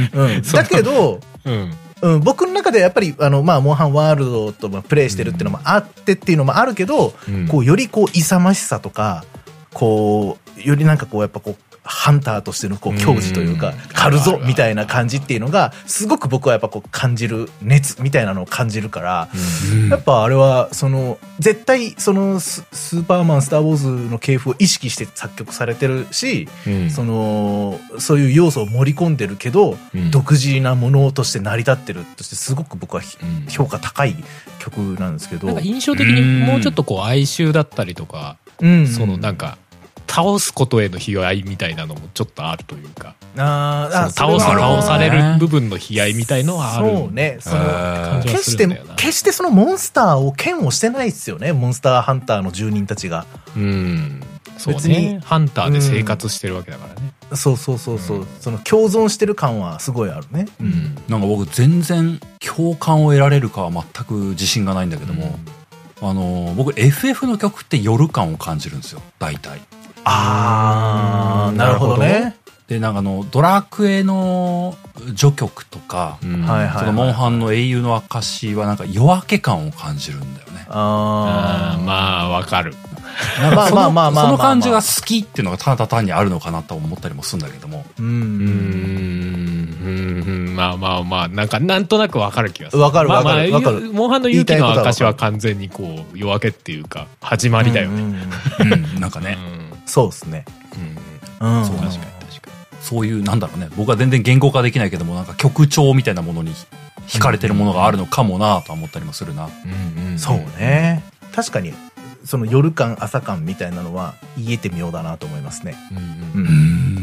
だけど、うんうん、僕の中でやっぱりあの、まあ、モンハンワールドとプレイしてるっていうのもあってっていうのもあるけど、うん、こうよりこう勇ましさとかこうよりなんかこうやっぱこうハンターとしてのこう矜持というか、狩るぞみたいな感じっていうのがすごく僕はやっぱこう感じる、熱みたいなのを感じるから、やっぱあれはその絶対そのスーパーマンスターウォーズの系譜を意識して作曲されてるし、そのそういう要素を盛り込んでるけど独自なものとして成り立ってるとしてすごく僕は評価高い曲なんですけど、
なんか印象的にもうちょっとこう哀愁だったりとか、そのなんか倒すことへの悲哀みたいなのもちょっとあるというか、ああ倒す倒される部分の悲哀みたいのはある。
そうね、その決して決してそのモンスターを嫌悪してないですよね、モンスターハンターの住人たちが。
うん、そうね、別にハンターで生活してるわけだからね。
うん、そうそうそうそう、うん、その共存してる感はすごいあるね。
うん、なんか僕全然共感を得られるかは全く自信がないんだけども、うん、あの僕 エフエフ の曲って夜感を感じるんですよ大体。
あー、なるほどね。
でなんかあのドラクエの序曲とか、うん、そのモンハンの英雄の証はなんか夜明け感を感じるんだよね。
ああ、まあわかる。
なんかそのまあその感じが好きっていうのがただ単にあるのかなと思ったりもするんだけども。うん、うん
うん、まあまあまあなんかなんとなくわかる気がする。
わかるわかるわかる。
モンハンの勇気の証は完全にこう夜明けっていうか始まりだよね。
うんうんうん、なんかね。
そうですね。
うん、うん、そう確かに確かに。そういうなんだろうね、僕は全然言語化できないけどもなんか曲調みたいなものに惹かれてるものがあるのかもなと思ったりもするな。
うんうん、そうね。確かにその夜感朝感みたいなのは言えてみようだなと思いますね。
うんうんうん、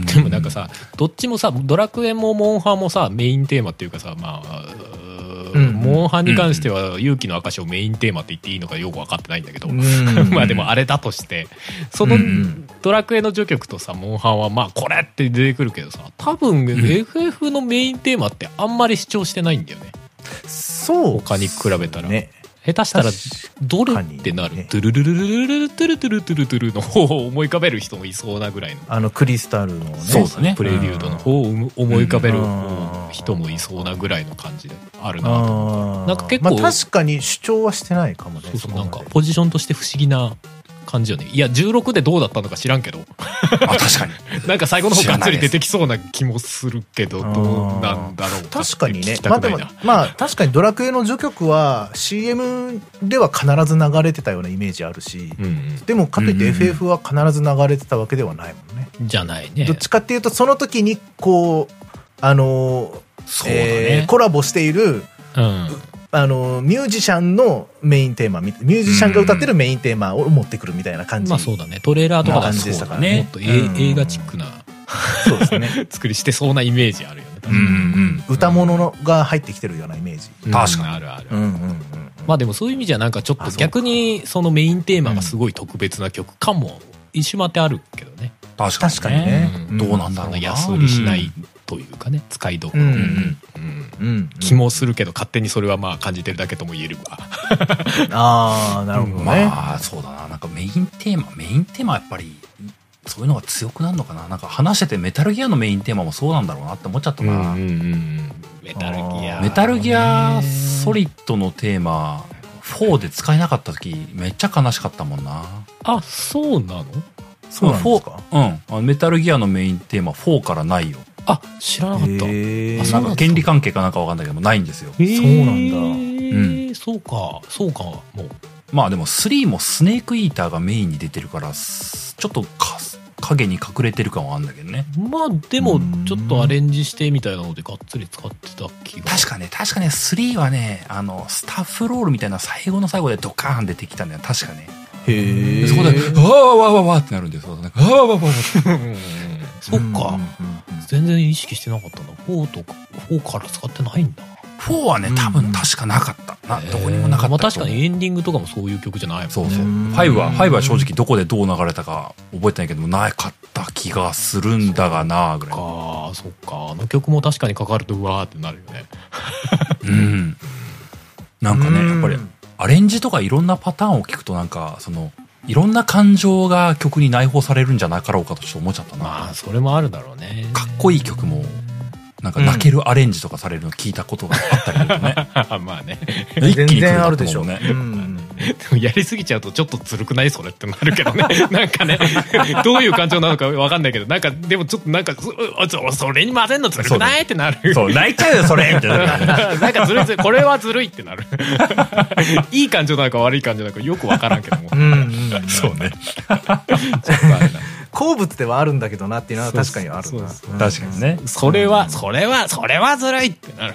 でもなんかさどっちもさドラクエもモンハンもさメインテーマっていうかさ、まあうん、モンハンに関しては勇気の証をメインテーマって言っていいのかよく分かってないんだけど、うん、まあでもあれだとしてそのドラクエの序曲とさモンハンはまあこれって出てくるけどさ、多分 エフエフ のメインテーマってあんまり主張してないんだよね。
そう
他に比べたら、ね、下手したらどれってなる、ね、トゥルルルルルルルトゥルトゥルトゥルトゥルの方を思い浮かべる人もいそうなぐらいの、
あのクリスタルのね、
そうだね、プレリュードの方を思い浮かべる人もいそうなぐらいの感じであるなと思う。なんか結構、
まあ、確かに主張はしてないかもね。
そうそう、なんかポジションとして不思議な感じよね。いやじゅうろくでどうだったのか知らんけど
あ確かに
なんか最後の方がっつり出てきそうな気もするけどどうなんだろうか。
確かにね、まあでもまあ確かにドラクエの序曲は シーエム では必ず流れてたようなイメージあるし、うんうん、でもかといって エフエフ は必ず流れてたわけではないもんね。
じゃないね。
どっちかっていうとその時にこうあのそうだね、えー、コラボしている、うん、あのミュージシャンのメインテーマ、ミュージシャンが歌ってるメインテーマを持ってくるみたいな感じ、
まあそうだね、トレーラーとか感じでしたからね。もっと、うん、映画チックなそうですね作りしてそうなイメージあるよね。うんうん、
歌物が入ってきてるようなイメージ、
うん、確かにあるある、うんうんうん、まあでもそういう意味じゃなんかちょっと逆にそのメインテーマがすごい特別な曲かも一瞬待ってあるけどね。
確かに ね, 確かにね、
うん、どうなんだろうな、安売りしないというかね、使いどころ、うんうんうん、気もするけど勝手にそれはまあ感じてるだけとも言えるわ
ああなるほどね、
まあそうだな、なんかメインテーマメインテーマはやっぱりそういうのが強くなるのかな。なんか話しててメタルギアのメインテーマもそうなんだろうなって思っちゃったな、うんうんうん、
メタルギア
メタルギアソリッドのテーマフォーで使えなかった時めっちゃ悲しかったもんな。
あ、そうなの？
そうなんですか？
うん、メタルギアのメインテーマフォーからないよ。
あ、知らなかった。
あ、なんか権利関係かなんかわかんないけどないんですよ。
そうなんだ。
うん、そうかそうか。もう
まあでもスリーもスネークイーターがメインに出てるからちょっとか影に隠れてる感はあるんだけどね。
まあでもちょっとアレンジしてみたいなのでがっつり使ってた気が。
確かね確かねスリーはねあのスタッフロールみたいな最後の最後でドカーン出てきたんだよ確かね。
へえ。
そこでわわわわわってなるんですよね。わわわわわ
そっか、全然意識してなかったんだ。フォーとかフォーから使ってないんだ。
フォーはね多分確かなかったな、どこにもなかった。
まあ確かにエンディングとかもそういう曲じゃないもんね。
そうそう。ファイブはファイブは正直どこでどう流れたか覚えてないけどもなかった気がするんだがなぐらい。
ああそっか、あの曲も確かにかかるとうわーってなるよね。
うん。なんかねやっぱりアレンジとかいろんなパターンを聞くとなんかそのいろんな感情が曲に内包されるんじゃなかろうかとちょっと思っちゃったな。
まあそれもあるだろうね。
かっこいい曲もなんか泣けるアレンジとかされるの聞いたことがあったりとかね。
まあね。
一気に来るんだと思うね。
うん、
もやりすぎちゃうとちょっとずるくないそれってなるけどねなんかねどういう感情なのか分かんないけどなんかでもちょっとなんかそれに混ぜんのずるくないってなる。
そう泣いちゃうよそれってなる
なんかずるいずるいこれはずるいってなるいい感情なのか悪い感情なのかよく分からんけどもうん、うん、
そうね
ちょっとあれな
好物ではあるんだけどなっていうのは確かにあるな。
そうそうそう確かにね、
うん、それはそれはそれはずるいってなる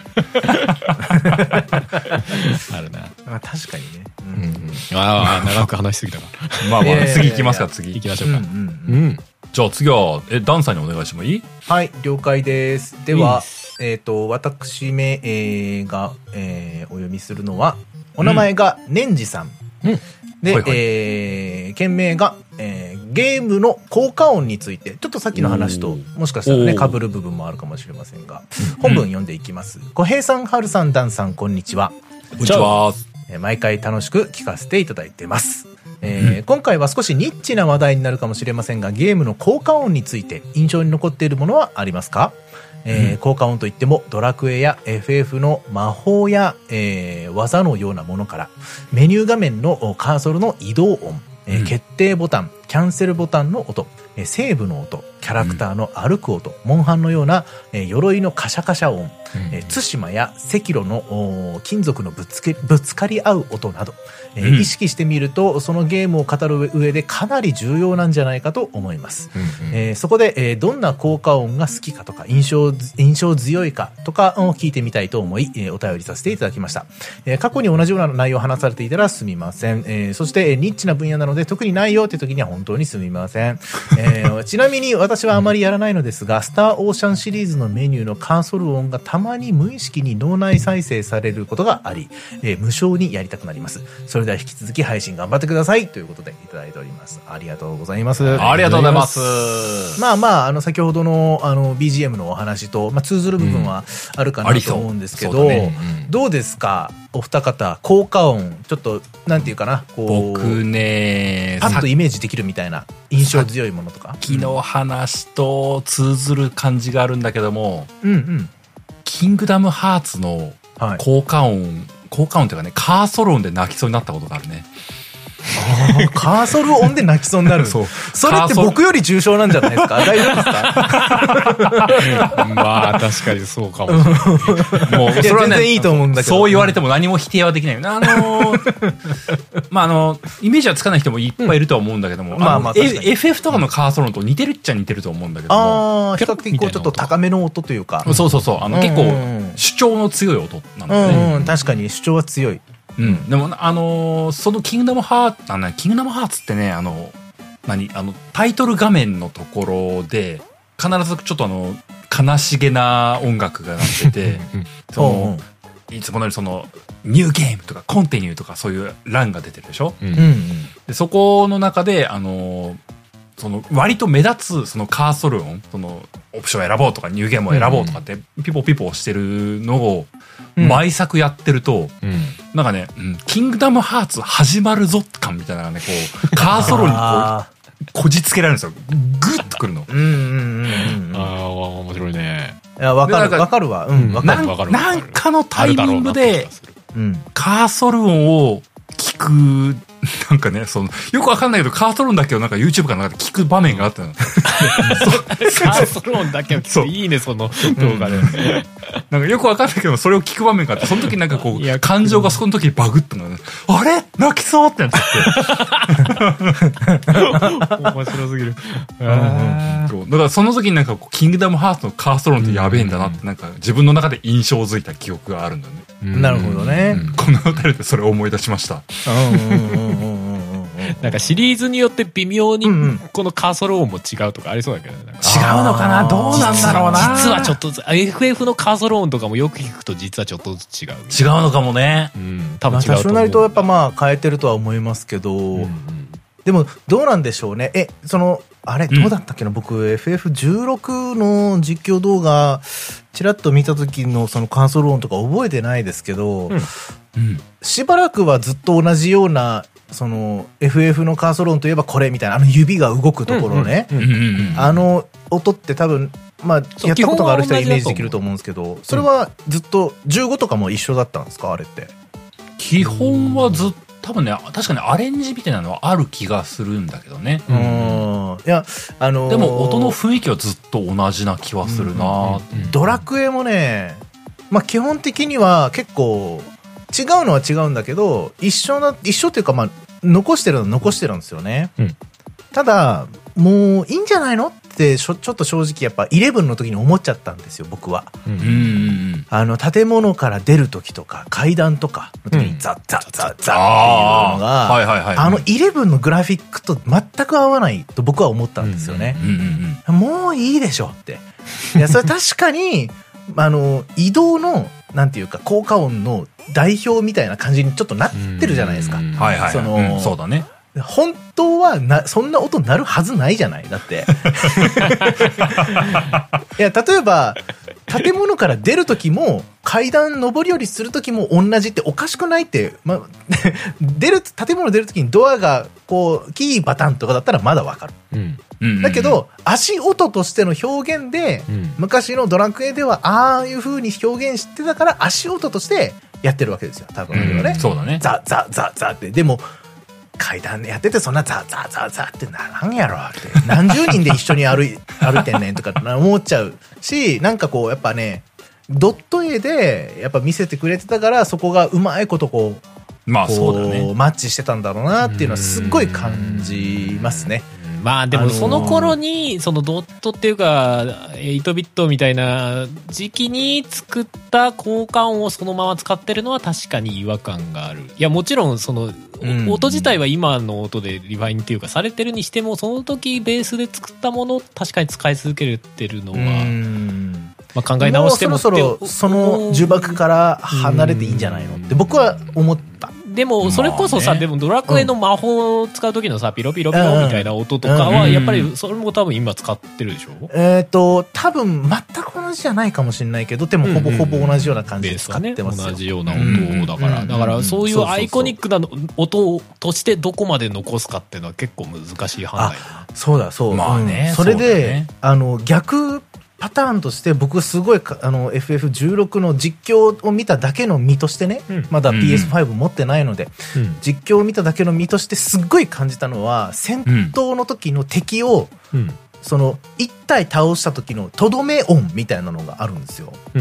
あるな。
まあ確かにね、
うんうん、ああ長く話しすぎたか
まあまあ次行きますか。次
行きましょうか。うん、うん
うん、じゃあ次はえダンさんにお願いしてもいい？
はい了解です。ではえっ、ー、と私名、えー、が、えー、お読みするのはお名前が年次さん、うん、で、はいはい、えー、件名が、えー、ゲームの効果音についてちょっとさっきの話ともしかしたらね被る部分もあるかもしれませんが本文読んでいきます。小平さん、はるさん、ダンさん、こんにちは。
こんにちは。
毎回楽しく聞かせていただいてます。えー、今回は少しニッチな話題になるかもしれませんがゲームの効果音について印象に残っているものはありますか？えー、効果音といってもドラクエや エフエフ の魔法や、えー、技のようなものからメニュー画面のカーソルの移動音、えー、決定ボタン、キャンセルボタンの音、えー、セーブの音、キャラクターの歩く音、モンハンのような、えー、鎧のカシャカシャ音、えー、対馬や赤炉の金属のぶつけぶつかり合う音など、えーうん、意識してみるとそのゲームを語る上でかなり重要なんじゃないかと思います、うんうんえー、そこで、えー、どんな効果音が好きかとか印象、印象強いかとかを聞いてみたいと思い、えー、お便りさせていただきました、えー、過去に同じような内容を話されていたらすみません、えー、そして、えー、ニッチな分野なので特にないよって時には本当にすみません、えー、ちなみに私はあまりやらないのですがスターオーシャンシリーズのメニューのカーソル音がたまに無意識に脳内再生されることがあり、えー、無償にやりたくなります。それでは引き続き配信頑張ってくださいということでいただいております。ありがとうございます。
ありがとうございます。
まあまああの先ほどのあの ビージーエム のお話と、まあ、通ずる部分はあるかなと思うんですけど、うんねうん、どうですかお二方効果音ちょっとなんていうかなこう
僕ね
パッとイメージできるみたいな印象強いものとか
昨日話と通ずる感じがあるんだけども、
うんうん、
キングダムハーツの効果音、はい、効果音っていうかねカーソル音で泣きそうになったことがあるね。
あカーソル音で泣きそうになるそうそれって僕より重症なんじゃないですか大丈夫ですか
まあ確かにそうかもしれない
もうそれは、ね、全然いいと思うんだけど
そう言われても何も否定はできないよね。あのー、まああのイメージはつかない人もいっぱいいるとは思うんだけども、うん、まあまあ エフエフ とかのカーソル音と似てるっちゃ似てると思うんだけども、
ああ比較的こうちょっと高めの音というか
そうそうそうあの、うん、結構主張の強い音なんだよね、
うんうん、確かに主張は強い。
うん、でもあのー、そのキングダムハーツあのキングダムハーツってねあの何あのタイトル画面のところで必ずちょっとあの悲しげな音楽が鳴っててそのいつものよりそのニューゲームとかコンティニューとかそういう欄が出てるでしょ、うん、でそこの中であのー、その割と目立つそのカーソル音そのオプションを選ぼうとかニューゲームを選ぼうとかってピポピポしてるのを毎作やってると、うん、なんかね、うん、キングダムハーツ始まるぞ感みたいなのがね、こう、カーソルにこう、こじつけられるんですよ。グッとくるの。
うんうんうんうん。
ああ、面白いね。
いや、わかる、わかるわ。うん、わかるわかる。
なんかのタイミングで、カーソル音を聞く、なんかね、その、よくわかんないけど、カーソル音だけをなんか YouTube かなんかで聞く場面があったの。
カーソル音だけを聞くいいね、その動画で。
なんかよくわかんないけど、それを聞く場面があって、その時なんかこう、感情がそこの時にバグったのね。あれ泣きそうってなっちゃって。
面白すぎる。
そうだからその時になんかこう、キングダムハーツのカーソル音ってやべえんだなって、なんか自分の中で印象づいた記憶があるんだね。
なるほどね。
この歌でそれを思い出しました。
なんかシリーズによって微妙にこのカーソル音も違うとかありそうだけどね。違う
のかなどうなんだろうな。
実はちょっとずつ エフエフ のカーソル音とかもよく聞くと実はちょっとずつ違う。
違うのかもね。
うん、多分違うと思う。
多少なりとやっぱまあ変えてるとは思いますけど、うんうん、でもどうなんでしょうね。え、そのあれどうだったっけな、うん、僕 エフエフじゅうろく の実況動画ちらっと見た時のそのカーソル音とか覚えてないですけど、うんうん、しばらくはずっと同じようなその エフエフ のカーソル音といえばこれみたいなあの指が動くところね、あの音って多分まあやったことがある人はイメージできると思うんですけど、それはずっとじゅうごとかも一緒だったんですかあれって。
基本はずっと多分ね確かにアレンジみたいなのはある気がするんだけどね。
うん、いやあのー、
でも音の雰囲気はずっと同じな気はするな、
うんうんうん、ドラクエもね、まあ、基本的には結構違うのは違うんだけど一緒な一緒っていうか、まあ、残してるのは残してるんですよね、うん、ただもういいんじゃないのってちょっと正直やっぱじゅういちの時に思っちゃったんですよ僕は、うん、あの建物から出る時とか階段とかの時にザッザッザッザッっていうのが、はいはいはい、あのじゅういちのグラフィックと全く合わないと僕は思ったんですよね、うんうんうん、もういいでしょって。いやそれ確かにあの移動のなんていうか効果音の代表みたいな感じにちょっいなってるじゃないですか。
はいはい、その、うん、そうだね。
本当はなそんな音鳴るはずないじゃないだっていや例えば建物から出る時も階段上り下りする時も同じっておかしくないって、ま、出る建物出る時にドアがこうキーバタンとかだったらまだわかる、うん、だけど足音としての表現で、うん、昔のドラクエではああいう風に表現してたから足音としてやってるわけですよ多分ね、
うん、そうだね。
ザザザザってでも階段やっててそんなザザザザってならんやろって何十人で一緒に歩い歩いてんねんとか思っちゃうし、なんかこうやっぱねドット絵でやっぱ見せてくれてたからそこがうまいことこう
まあそうだね
マッチしてたんだろうなっていうのはすっごい感じますね。
まあでもその頃にそのドットっていうかエイトビットみたいな時期に作った効果音をそのまま使ってるのは確かに違和感がある。いやもちろんその音自体は今の音でリファインっていうかされてるにしてもその時ベースで作ったものを確かに使い続けてるのはまあ考え直しても
そろそろその呪縛から離れていいんじゃないのって僕は思った。
でもそれこそさ、まあね、でもドラクエの魔法を使う時のさ、うん、ピロピロピロみたいな音とかはやっぱりそれも多分今使ってるでしょ。
えっと多分全く同じじゃないかもしれないけどでもほぼほぼ同じような感じで使ってますよ、
ね、同じような音だから、うん、だからそういうアイコニックな音としてどこまで残すかっていうのは結構難しい判断だな。
そうだそう、
まあね、
うん、それで、ね、あの逆パターンとして僕すごいあの エフエフじゅうろく の実況を見ただけの身としてね、うん、まだ ピーエスファイブ 持ってないので、うん、実況を見ただけの身としてすっごい感じたのは戦闘の時の敵を、うん、そのいち体倒した時のとどめ音みたいなのがあるんですよ、うん、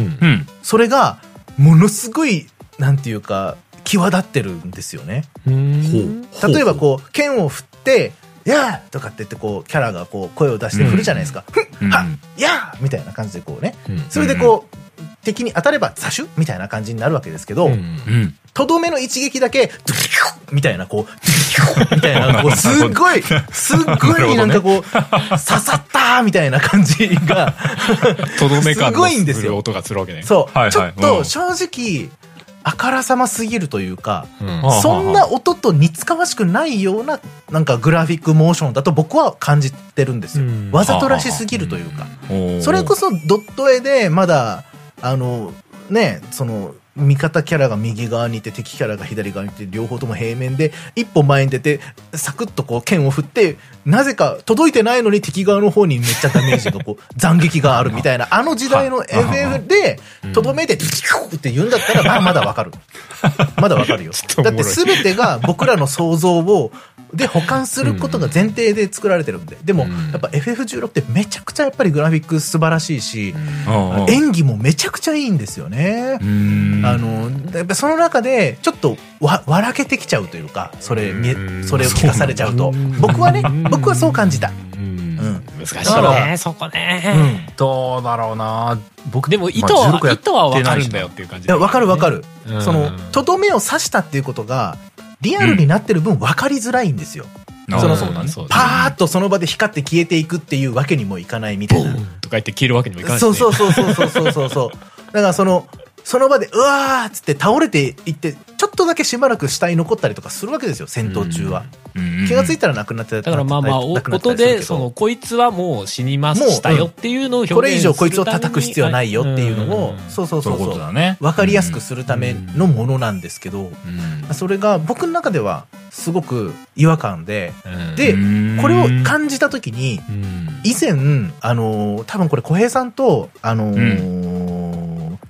それがものすごいなんていうか際立ってるんですよね。例えばこう剣を振ってやーとかって言ってこうキャラがこう声を出して振るじゃないですか、うん、はっやーみたいな感じでこうね、うん、それでこう敵に当たればザシュみたいな感じになるわけですけど、とどめの一撃だけみたいなこうみたいなこうすっごいすっごいなんかこう刺さったみたいな感じが
とどめ感のする音がするわけね。
そう、はいはい、ちょっと正直あからさますぎるというか、うん、そんな音と似つかわしくないようななんかグラフィックモーションだと僕は感じてるんですよ、うん、わざとらしすぎるというか、うん、それこそドット絵でまだあのねその味方キャラが右側にいて敵キャラが左側にいて両方とも平面で一歩前に出てサクッとこう剣を振ってなぜか届いてないのに敵側の方にめっちゃダメージがこう斬撃があるみたいなあの時代の エフエフ でとどめでって言うんだったらまあまだわかるまだわかるよ。だって全てが僕らの想像をで保管することが前提で作られてるんで、でもやっぱ エフエフじゅうろく ってめちゃくちゃやっぱりグラフィック素晴らしいし、演技もめちゃくちゃいいんですよね。あのやっぱその中でちょっとわ笑けてきちゃうというか、それそれを聞かされちゃうと僕はね僕はそう感じた。
難しいねそこね、
うん、どうだろうな。
僕でも意図は、まあ、意図は分かるんだよっていう感じ、
ね、いや分かる分かる、うん、そのとどめを刺したっていうことがリアルになってる分分かりづらいんですよ、うん、そのそうだね、パーッとその場で光って消えていくっていうわけにもいかないみたいなとか
言って消えるわけにもいかない、ね、
そうそうそうそうそうそうそうだからそのその場でうわーっつって倒れていってちょっとだけしばらく死体残ったりとかするわけですよ戦闘中は、うん、気がついたらなくなってたり
だからまあまあ音でそのこいつはもう死にましたよっていうのを表現するために、
これ以上こいつを叩く必要はないよっていうのを、うん、そうそうそうそう、ね、分かりやすくするためのものなんですけど、うん、それが僕の中ではすごく違和感で、うん、でこれを感じた時に、うん、以前あの多分これ小平さんとあのーうん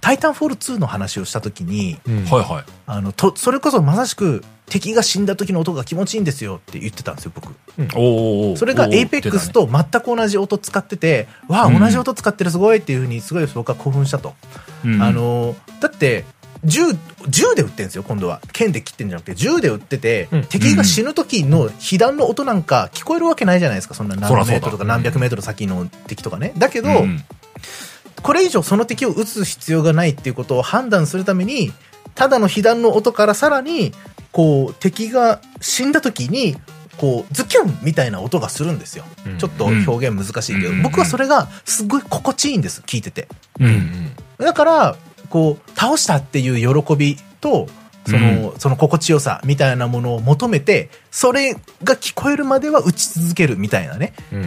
タイタンフォールツーの話をした時に、
うん、はいはい。
あの、と、それこそまさしく敵が死んだ時の音が気持ちいいんですよって言ってたんですよ、僕。うん、おーそれがエイペックスと全く同じ音使ってて、わあ、同じ音使ってるすごいっていうふうにすごい僕は興奮したと。うん、あの、だって、銃、銃で撃ってるんですよ、今度は。剣で切ってるんじゃなくて、銃で撃ってて、うん、敵が死ぬ時の被弾の音なんか聞こえるわけないじゃないですか、そんな何メートルとか何百メートル先の敵とかね。だけど、うん、これ以上その敵を撃つ必要がないっていうことを判断するために、ただの被弾の音からさらに、こう、敵が死んだ時に、こう、ズキュンみたいな音がするんですよ。うん、ちょっと表現難しいけど、うん、僕はそれがすごい心地いいんです、聞いてて。うん、だから、こう倒したっていう喜びとその、うん、その心地よさみたいなものを求めてそれが聞こえるまでは打ち続けるみたいなね、うん、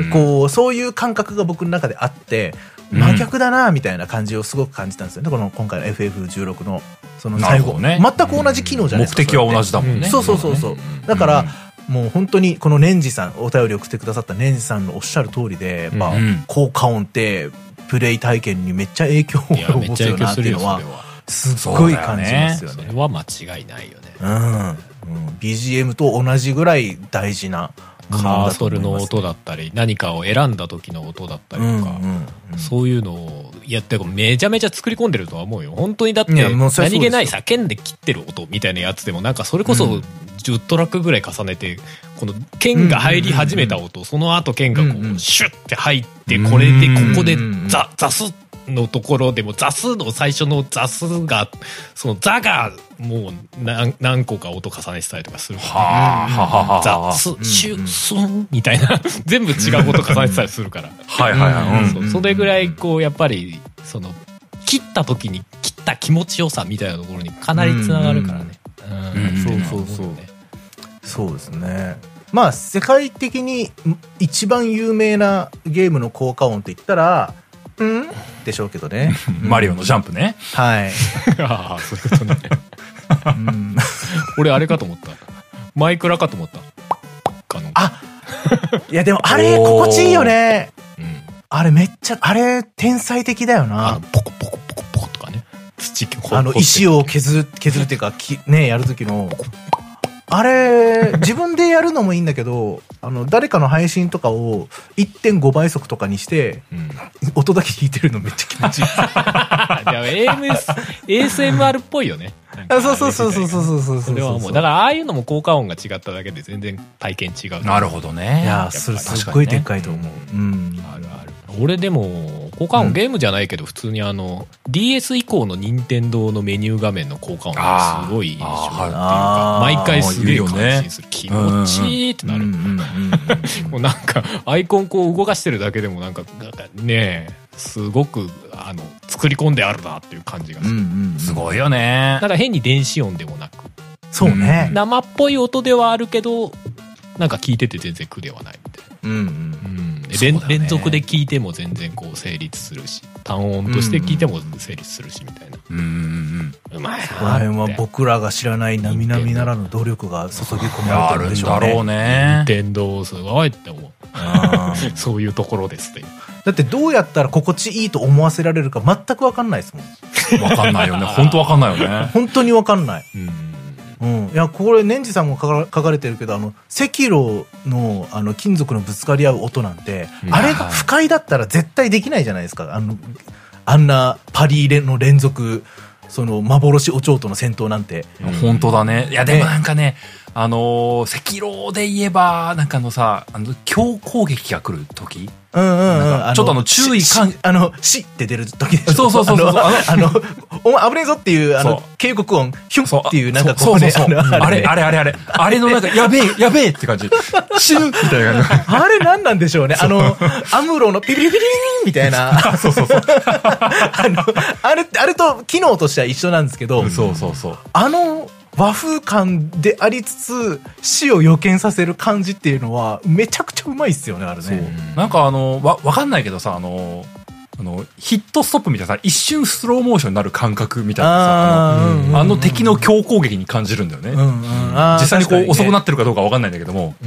こうそういう感覚が僕の中であって真逆だなみたいな感じをすごく感じたんですよね、この今回の エフエフじゅうろく のその最後、ね、全く同じ機能じゃないですか、
目的は同じだもんね。
そうそうそうそう、だから、うん、もう本当にこのネンジさんお便りを送ってくださったネンジさんのおっしゃる通りで、まあ、うん、効果音ってプレイ体験にめっちゃ影響を及ぼすよなっていうのはすっごい感じますよね。
それは間違いないよね。
うん、うん、ビージーエム と同じぐらい大事な
カーソルの音だったり何かを選んだ時の音だったりとか、うんうんうん、そういうのをやってめちゃめちゃ作り込んでるとは思うよ本当に。だって何気ないさ剣で切ってる音みたいなやつでもなんかそれこそじゅうトラックぐらい重ねてこの剣が入り始めた音、その後剣がこうシュッて入ってこれでここでザザスのところでもザスの最初のザスがそのザがもう 何, 何個か音重ねてたりとかするからザスシュスンみたいな全部違う音重ねてたりするからはいはいはい、それぐらいこうやっぱりその切った時に切った気持ちよさみたいなところにかなりつながるからね。
そうそうそうそうですね。まあ世界的に一番有名なゲームの効果音って言ったらうんでしょうけどね
マリオのジャンプね。
はい
ああそういうことねうん、俺あれかと思ったマイクラかと思ったかの
あいやでもあれ心地いいよね、うん、あれめっちゃあれ天才的だよな。
あのポコポコポコポコとかね土
あの石を削る削るっていうかきねやる時のあれ自分でやるのもいいんだけどあの誰かの配信とかを いってんご 倍速とかにして、うん、音だけ弾いてるのめっちゃ気持ちいい
エーエスエムアール っぽいよね。
あそうそうそうそうそうそうそう
それはもうだからああいうのも効果音が違っただけで全然体験違う。
なるほどね。
いやそれすっごいでっかいと思う、うん、
あるある。俺でも効果音、うん、ゲームじゃないけど普通にあの ディーエス 以降の任天堂のメニュー画面の効果音がすごい印象っていうか毎回すげえ感心する、気持ちいいってなる。もうなんかアイコンこう動かしてるだけでもなんかねえすごくあの作り込んであるなっていう感じがする、うんうんうん、
すごいよね。
なんか変に電子音でもなく
そうね
生っぽい音ではあるけどなんか聞いてて全然苦ではないみたいな。うんうんうん連, 連続で聞いても全然こう成立するし単音として聞いても成立するしみたいな。うんうん
うんうまいな。この辺は僕らが知らない並々ならぬ努力が注ぎ込まれてるんでしょうね。
あるんだろうね。
任天堂すごいって思うそういうところですって。
だってどうやったら心地いいと思わせられるか全く分かんないですもん。
分かんないよね。本当分かんないよね。
本当に分かんない。うんうん、いやこれネンジさんも書か、書かれてるけどあの赤炉 の, あの金属のぶつかり合う音なんて、うん、あれが不快だったら絶対できないじゃないですか。あのあんなパリーの連続その幻お蝶との戦闘なんて、
うん、本当だね。いやでもなんかね、ねあのー、赤炉で言えばなんかあのさあの強攻撃が来る時うんうんうん、ちょっとあの注意喚
あのシって出る時でし
ょ。そうそうそうそう。
あのお前危ねえぞっていうあの警告音ヒュンっていうなんかこうね
あれあれあれあれあれのなんかやべえやべえって感じ死ぬみたいな
あれなんなんでしょうね。あのアムロのピリピリピリみたいなそうそうそうあのあれあれと機能としては一緒なんですけど、
そうそうそう
あの和風感でありつつ死を予見させる感じっていうのはめちゃくちゃうまいっすよね。あれね。
なんかあのわわかんないけどさあのあのヒットストップみたいなさ一瞬スローモーションになる感覚みたいなさ あ, の、うんうん、あの敵の強攻撃に感じるんだよね、うんうん、実際にこう遅くなってるかどうかわかんないんだけども、うんうん、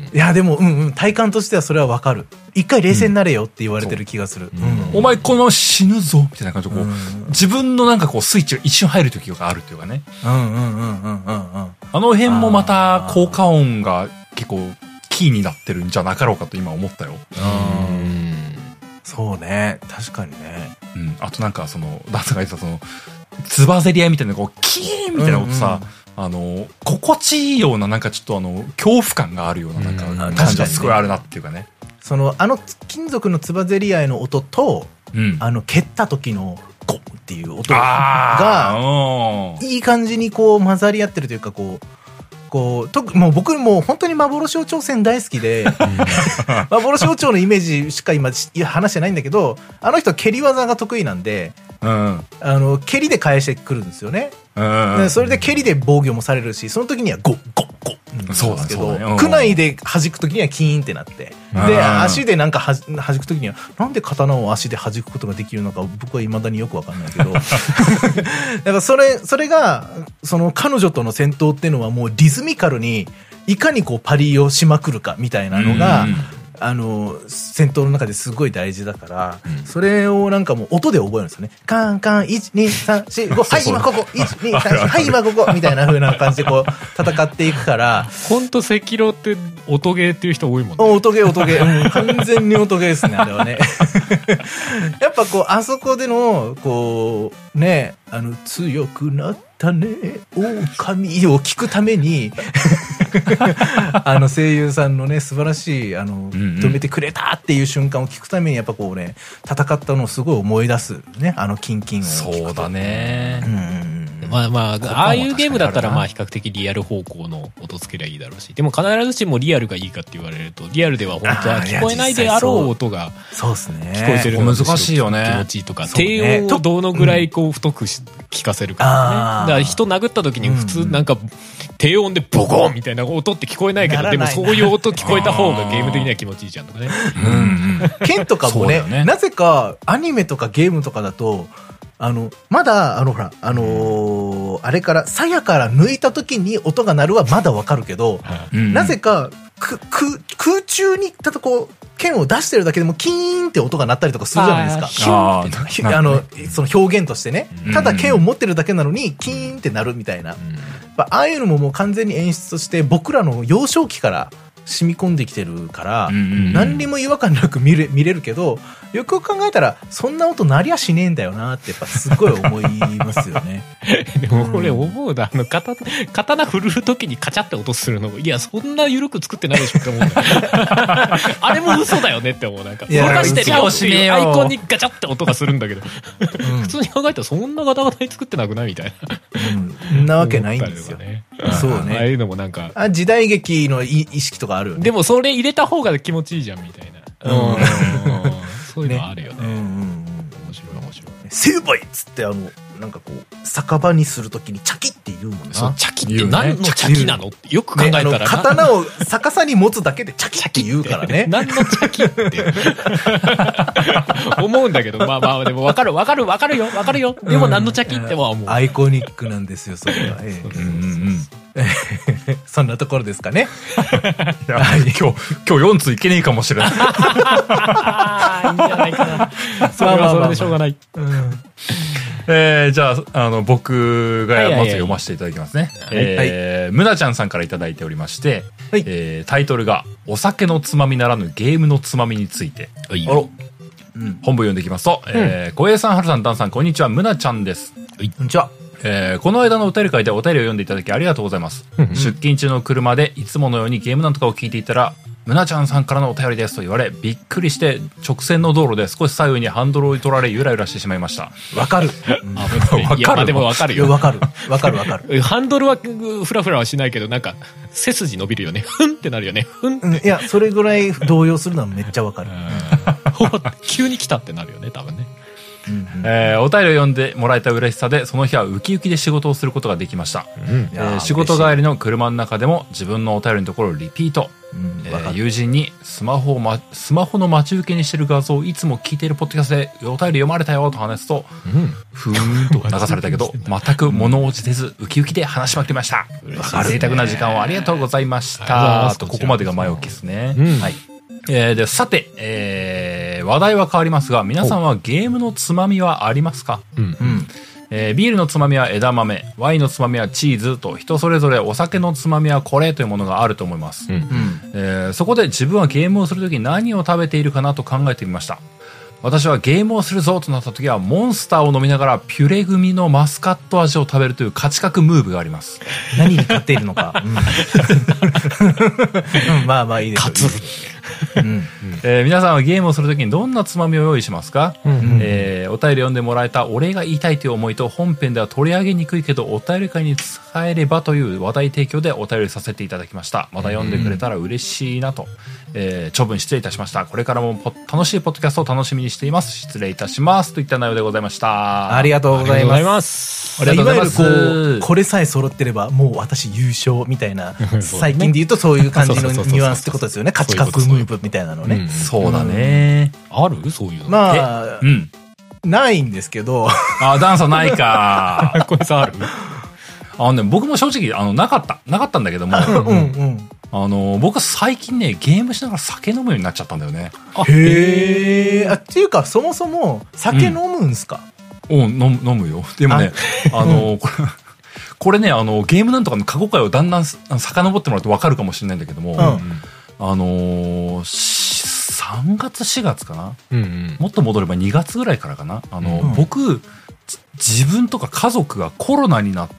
いやでもうんうん体感としてはそれはわかる。一回冷静になれよって言われてる気がする。
うん、お前このまま死ぬぞみたいな感じでこう、うん、自分のなんかこうスイッチが一瞬入る時があるっていうかね。
うんうんうんうんうんうん。あ
の辺もまた効果音が結構キーになってるんじゃなかろうかと今思ったよ。
うん。そうね、確かにね。
うん。あとなんかそのダンスが言ってたそのつばぜり合いみたいなこうキーンみたいなことさ。うんうん、あの心地いいようななんかちょっとあの恐怖感があるようななんか感じがすごいあるなっていうかね。そ
のあの金属のつばぜり合いの音と、うん、あの蹴った時のゴッっていう音がいい感じにこう混ざり合ってるというかこう。こうともう僕もう本当に幻王朝戦大好きで幻王朝のイメージしか今話してないんだけど、あの人蹴り技が得意なんで、うん、あの蹴りで返してくるんですよね。うんうん、それで蹴りで防御もされるし、その時にはゴッゴッゴッなんですけど、区内で弾く時にはキーンってなって、で足でなんかは弾く時にはなんで刀を足で弾くことができるのか僕は未だによくわかんないけどだからそれそれがその彼女との戦闘っていうのはもうリズミカルにいかにこうパリをしまくるかみたいなのが、うんうん、あの戦闘の中ですごい大事だから、うん、それをなんかもう音で覚えるんですよね。カンカンいちにさんしごはい今ここいちにさんしはい今ここみたいな風な感じでこう戦っていくから。
ほんと赤狼って音ゲーっていう人多いもんね。
音ゲー音ゲー、うん、完全に音ゲーですねあれはねやっぱこうあそこでのこうね、あの強くなったね狼を聞くためにあの声優さんのね素晴らしいあの、うんうん、止めてくれたっていう瞬間を聞くためにやっぱこうね戦ったのをすごい思い出すね、あのキンキンを聞くと。
そうだね、うん
うん、まあまあああいうゲームだったらまあ比較的リアル方向の音つけりゃいいだろうし、でも必ずしもリアルがいいかって言われるとリアルでは本当は聞こえないであろう音が
そうですね、
聞こえてるのが
難しいよね。
気持ちいいとか、低音をどのぐらいこう太く聞かせるかね、うん、だから人殴った時に普通なんか低音でボコンみたいな音って聞こえないけど、でもそういう音聞こえた方がゲーム的には気持ちいいじゃんとかね。
剣とかも ね, ねなぜかアニメとかゲームとかだとあのまだあのほらあのー、あれから鞘から抜いた時に音が鳴るはまだわかるけど、うん、なぜかくく空中にただこう剣を出してるだけでもキーンって音が鳴ったりとかするじゃないですか。ああのその表現としてね、ただ剣を持ってるだけなのにキーンって鳴るみたいな、うん、ああいうのももう完全に演出として僕らの幼少期から染み込んできてるから、うんうん、何にも違和感なく見れ、見れるけど、よくよく考えたらそんな音鳴りゃしねえんだよなってやっぱすごい思いますよね
でも俺思うな、あの刀、刀振る時にカチャって音するの、いやそんな緩く作ってないでしょって思うんだあれも嘘だよねって思う。なんか動かしてるよっていうアイコンにガチャって音がするんだけど、うん、普通に考えたらそんなガタガタに作ってなくないみたいな、
うん、そんなわけないんですよね。そうね。
ああいうのもなんか
あ時代劇の意識とかあるよね。
でもそれ入れた方が気持ちいいじゃんみたいな、うん、そういうのあるよね。うんうんうん、面白い面白い。
成敗っつってあのなんかこう酒場にするときにチャキって言うもんね。
そうチャキって何のチャキなのってよく考えたら、ね、
刀を逆さに持つだけでチャキって言うからね。
何のチャキって思うんだけど、まあまあでも分かる分かる分かるよ分かるよ。でも何のチャキっては思う、うん、
アイコニックなんですよそれは。ええ、うんうんうんそんなところですかね。
いや今日今日よん通いけねえかもしれない。いいんじ
ゃないかな。それはそれでしょうがない。うん、
えー、じゃあ、あの僕がまず読ませていただきますね。むなちゃんさんからいただいておりまして、はい、えー、タイトルがお酒のつまみならぬゲームのつまみについて。はい、あら、うん、本部読んでいきますと、うん、えー、小平さん、はるさん、ダンさん、こんにちは、むなちゃんです。
はい、こんにちは。
えー、この間のお便り会でお便りを読んでいただきありがとうございます。出勤中の車でいつものようにゲームなんとかを聞いていたら、むなちゃんさんからのお便りですと言われ、びっくりして直線の道路で少し左右にハンドルを取られゆらゆらしてしまいました。
わかる。
あ、わかる。でもわかるよ。
わかる。わかるわかる。
ハンドルはフラフラはしないけど、なんか背筋伸びるよね。ふんってなるよね。ふんって、うん。い
や、それぐらい動揺するのはめっちゃわかる。
急に来たってなるよね、多分ね。
うんうん、えー、お便りを読んでもらえた嬉しさでその日はウキウキで仕事をすることができました、うん、えー、仕事帰りの車の中でも自分のお便りのところをリピート、うん、ええー、友人にスマホを、ま、スマホの待ち受けにしてる画像をいつも聞いているポッドキャストでお便り読まれたよと話すと、うん、ふーんと流されたけど全く物落ちせずウキウキで話しまくりました。贅沢な時間をありがとうございました。とここまでが前置きですね。うん、はい。えー、でさて、えー、話題は変わりますが、皆さんはゲームのつまみはありますか？うん、うんえー、ビールのつまみは枝豆、ワインのつまみはチーズと、人それぞれお酒のつまみはこれというものがあると思います。うんうんえー、そこで自分はゲームをするとき何を食べているかなと考えてみました。私はゲームをするぞとなったときは、モンスターを飲みながらピュレ組のマスカット味を食べるという価値格ムーブがあります。
何に勝っているのか。うんうん、まあまあいいです。
勝つ。
うんえー、皆さんはゲームをするときにどんなつまみを用意しますか？うんうんえー、お便り読んでもらえたお礼が言いたいという思いと、本編では取り上げにくいけどお便り会に使えればという話題提供でお便りさせていただきました。また読んでくれたら嬉しいなと、えー、長文失礼いたしました。これからも楽しいポッドキャストを楽しみにしています。失礼いたしますといった内容でございました。
ありがとうございます。
ありがとうございます。
いわゆるこうこれさえ揃ってればもう私優勝みたいな最近で言うとそういう感じのニュアンスってことですよね。価値格ムーブみたいなのね。
うん、そうだね、
うん。あるそういうの。
まあ、うん、ないんですけど。
あ、ダンサーないか。
これさある。
あのね、僕も正直あのなかったなかったんだけども。うんうん。あの僕は最近ねゲームしながら酒飲むようになっちゃったんだよね。
へえ。あっていうかそもそも酒飲むんすか？
うん、お飲む飲むよ。でもねあのこれこれねあのゲームなんとかの過去回をだんだん遡ってもらうと分かるかもしれないんだけども、うん、あのー、さんがつしがつかな、うんうん、もっと戻ればにがつぐらいからかなあの、うん、僕自分とか家族がコロナになって、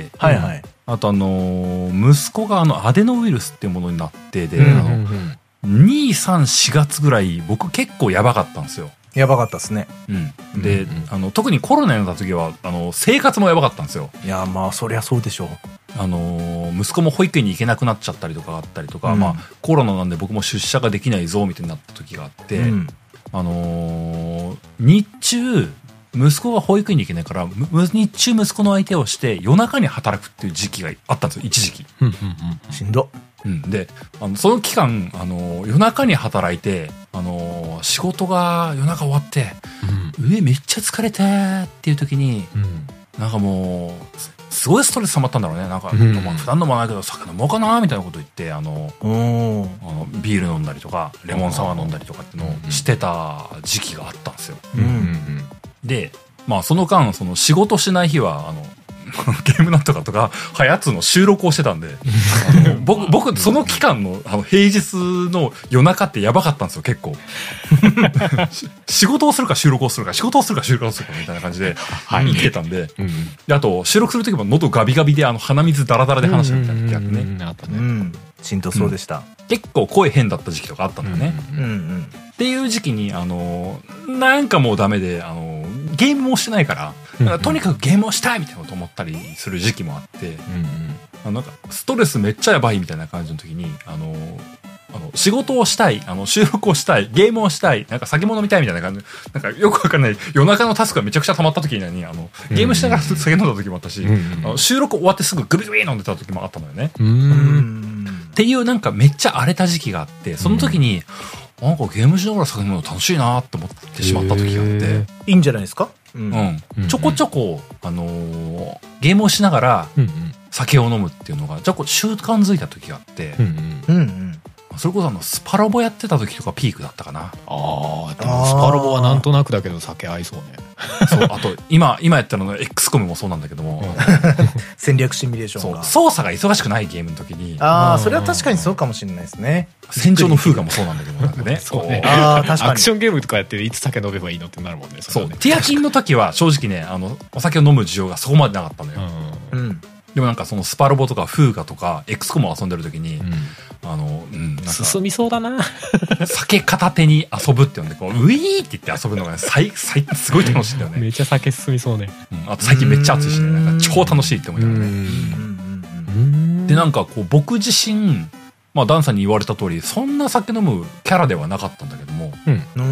はいはい、あとあのー、息子があのアデノウイルスっていうものになってで、うんうんうん、あのに、さん、しがつぐらい僕結構やばかったんですよ。
やばかったですね。
うん。で、うんうん、あの特にコロナになった時はあの生活もやばかったんですよ。
いやまあそりゃそうでしょう。
あの息子も保育園に行けなくなっちゃったりとかあったりとか、うん、まあコロナなんで僕も出社ができないぞみたいになった時があって、うん、あのー、日中息子が保育園に行けないから日中息子の相手をして夜中に働くっていう時期があったんですよ一時期。
しんど。
うん、であのその期間、あの夜中に働いて、あの仕事が夜中終わって、うん、上めっちゃ疲れてっていう時に、うん、なんかもうすごいストレス溜まったんだろうね。なんか、うん、まあ、普段飲まないけど酒飲もうかなみたいなこと言ってあのあのビール飲んだりとかレモンサワー飲んだりとかっていうのをしてた時期があったんですよ。うんうんうん、でまあその間その仕事しない日はあのゲームなんとかとかはやつの収録をしてたんであの僕僕その期間のあの平日の夜中ってやばかったんですよ結構仕事をするか収録をするか仕事をするか収録をするかみたいな感じで生きてたんで、うん、であと収録する時も喉ガビガビであの鼻水ダラダラで話してるみたいな時あってね、あったね、うん、
しんどそうでした、うん、
結構声変だった時期とかあったんだよね、うんうんうん、っていう時期にあのなんかもうダメであのゲームもしてないから、うんうん、とにかくゲームをしたいみたいなこと思ったりする時期もあって、うんうん、あのなんかストレスめっちゃやばいみたいな感じの時にあのあの仕事をしたいあの収録をしたいゲームをしたいなんか酒も飲みたいみたいな感じなんかよくわかんない夜中のタスクがめちゃくちゃ溜まった時にあのゲームしながら酒飲んだ時もあったし、うんうん、あの収録終わってすぐグビグビ飲んでた時もあったのよね。うーんっていうなんかめっちゃ荒れた時期があってその時に、うん、なんかゲームしながら酒飲むの楽しいなって思ってしまった時があって
いいんじゃないですか。
うん、うん、ちょこちょこ、あのー、ゲームをしながら酒を飲むっていうのがちょこ習慣づいた時があって、うんうんうんうんそれこそあのスパロボやってた時とかピークだったかな。
ああでもスパロボはなんとなくだけど酒合いそうね。
そうあと今今やったのの エックスコムもそうなんだけども、うん、
戦略シミュレーションが
操作が忙しくないゲームの時に
ああそれは確かにそうかもしれないですね。
戦場の風雅もそうなんだけどなんかね
そうねあ確かにアクションゲームとかやっていつ酒飲めばいいのってなるもんね。
そうねティアキンの時は正直ねあのお酒を飲む需要がそこまでなかったのよ。うん、うんでもなんかそのスパロボとかフーガとか エックスコムを遊んでる時に、うん、あの、うん、なんか
進みそうだな
酒片手に遊ぶって呼んでこうウィーって言って遊ぶのが、ね、最最すごい楽しいんだよね。
めっちゃ酒進みそうね、
うん、あと最近めっちゃ暑いしねなんか超楽しいって思いながらね。でなんかこう僕自身まあダンさんに言われた通りそんな酒飲むキャラではなかったんだけども、うんうん、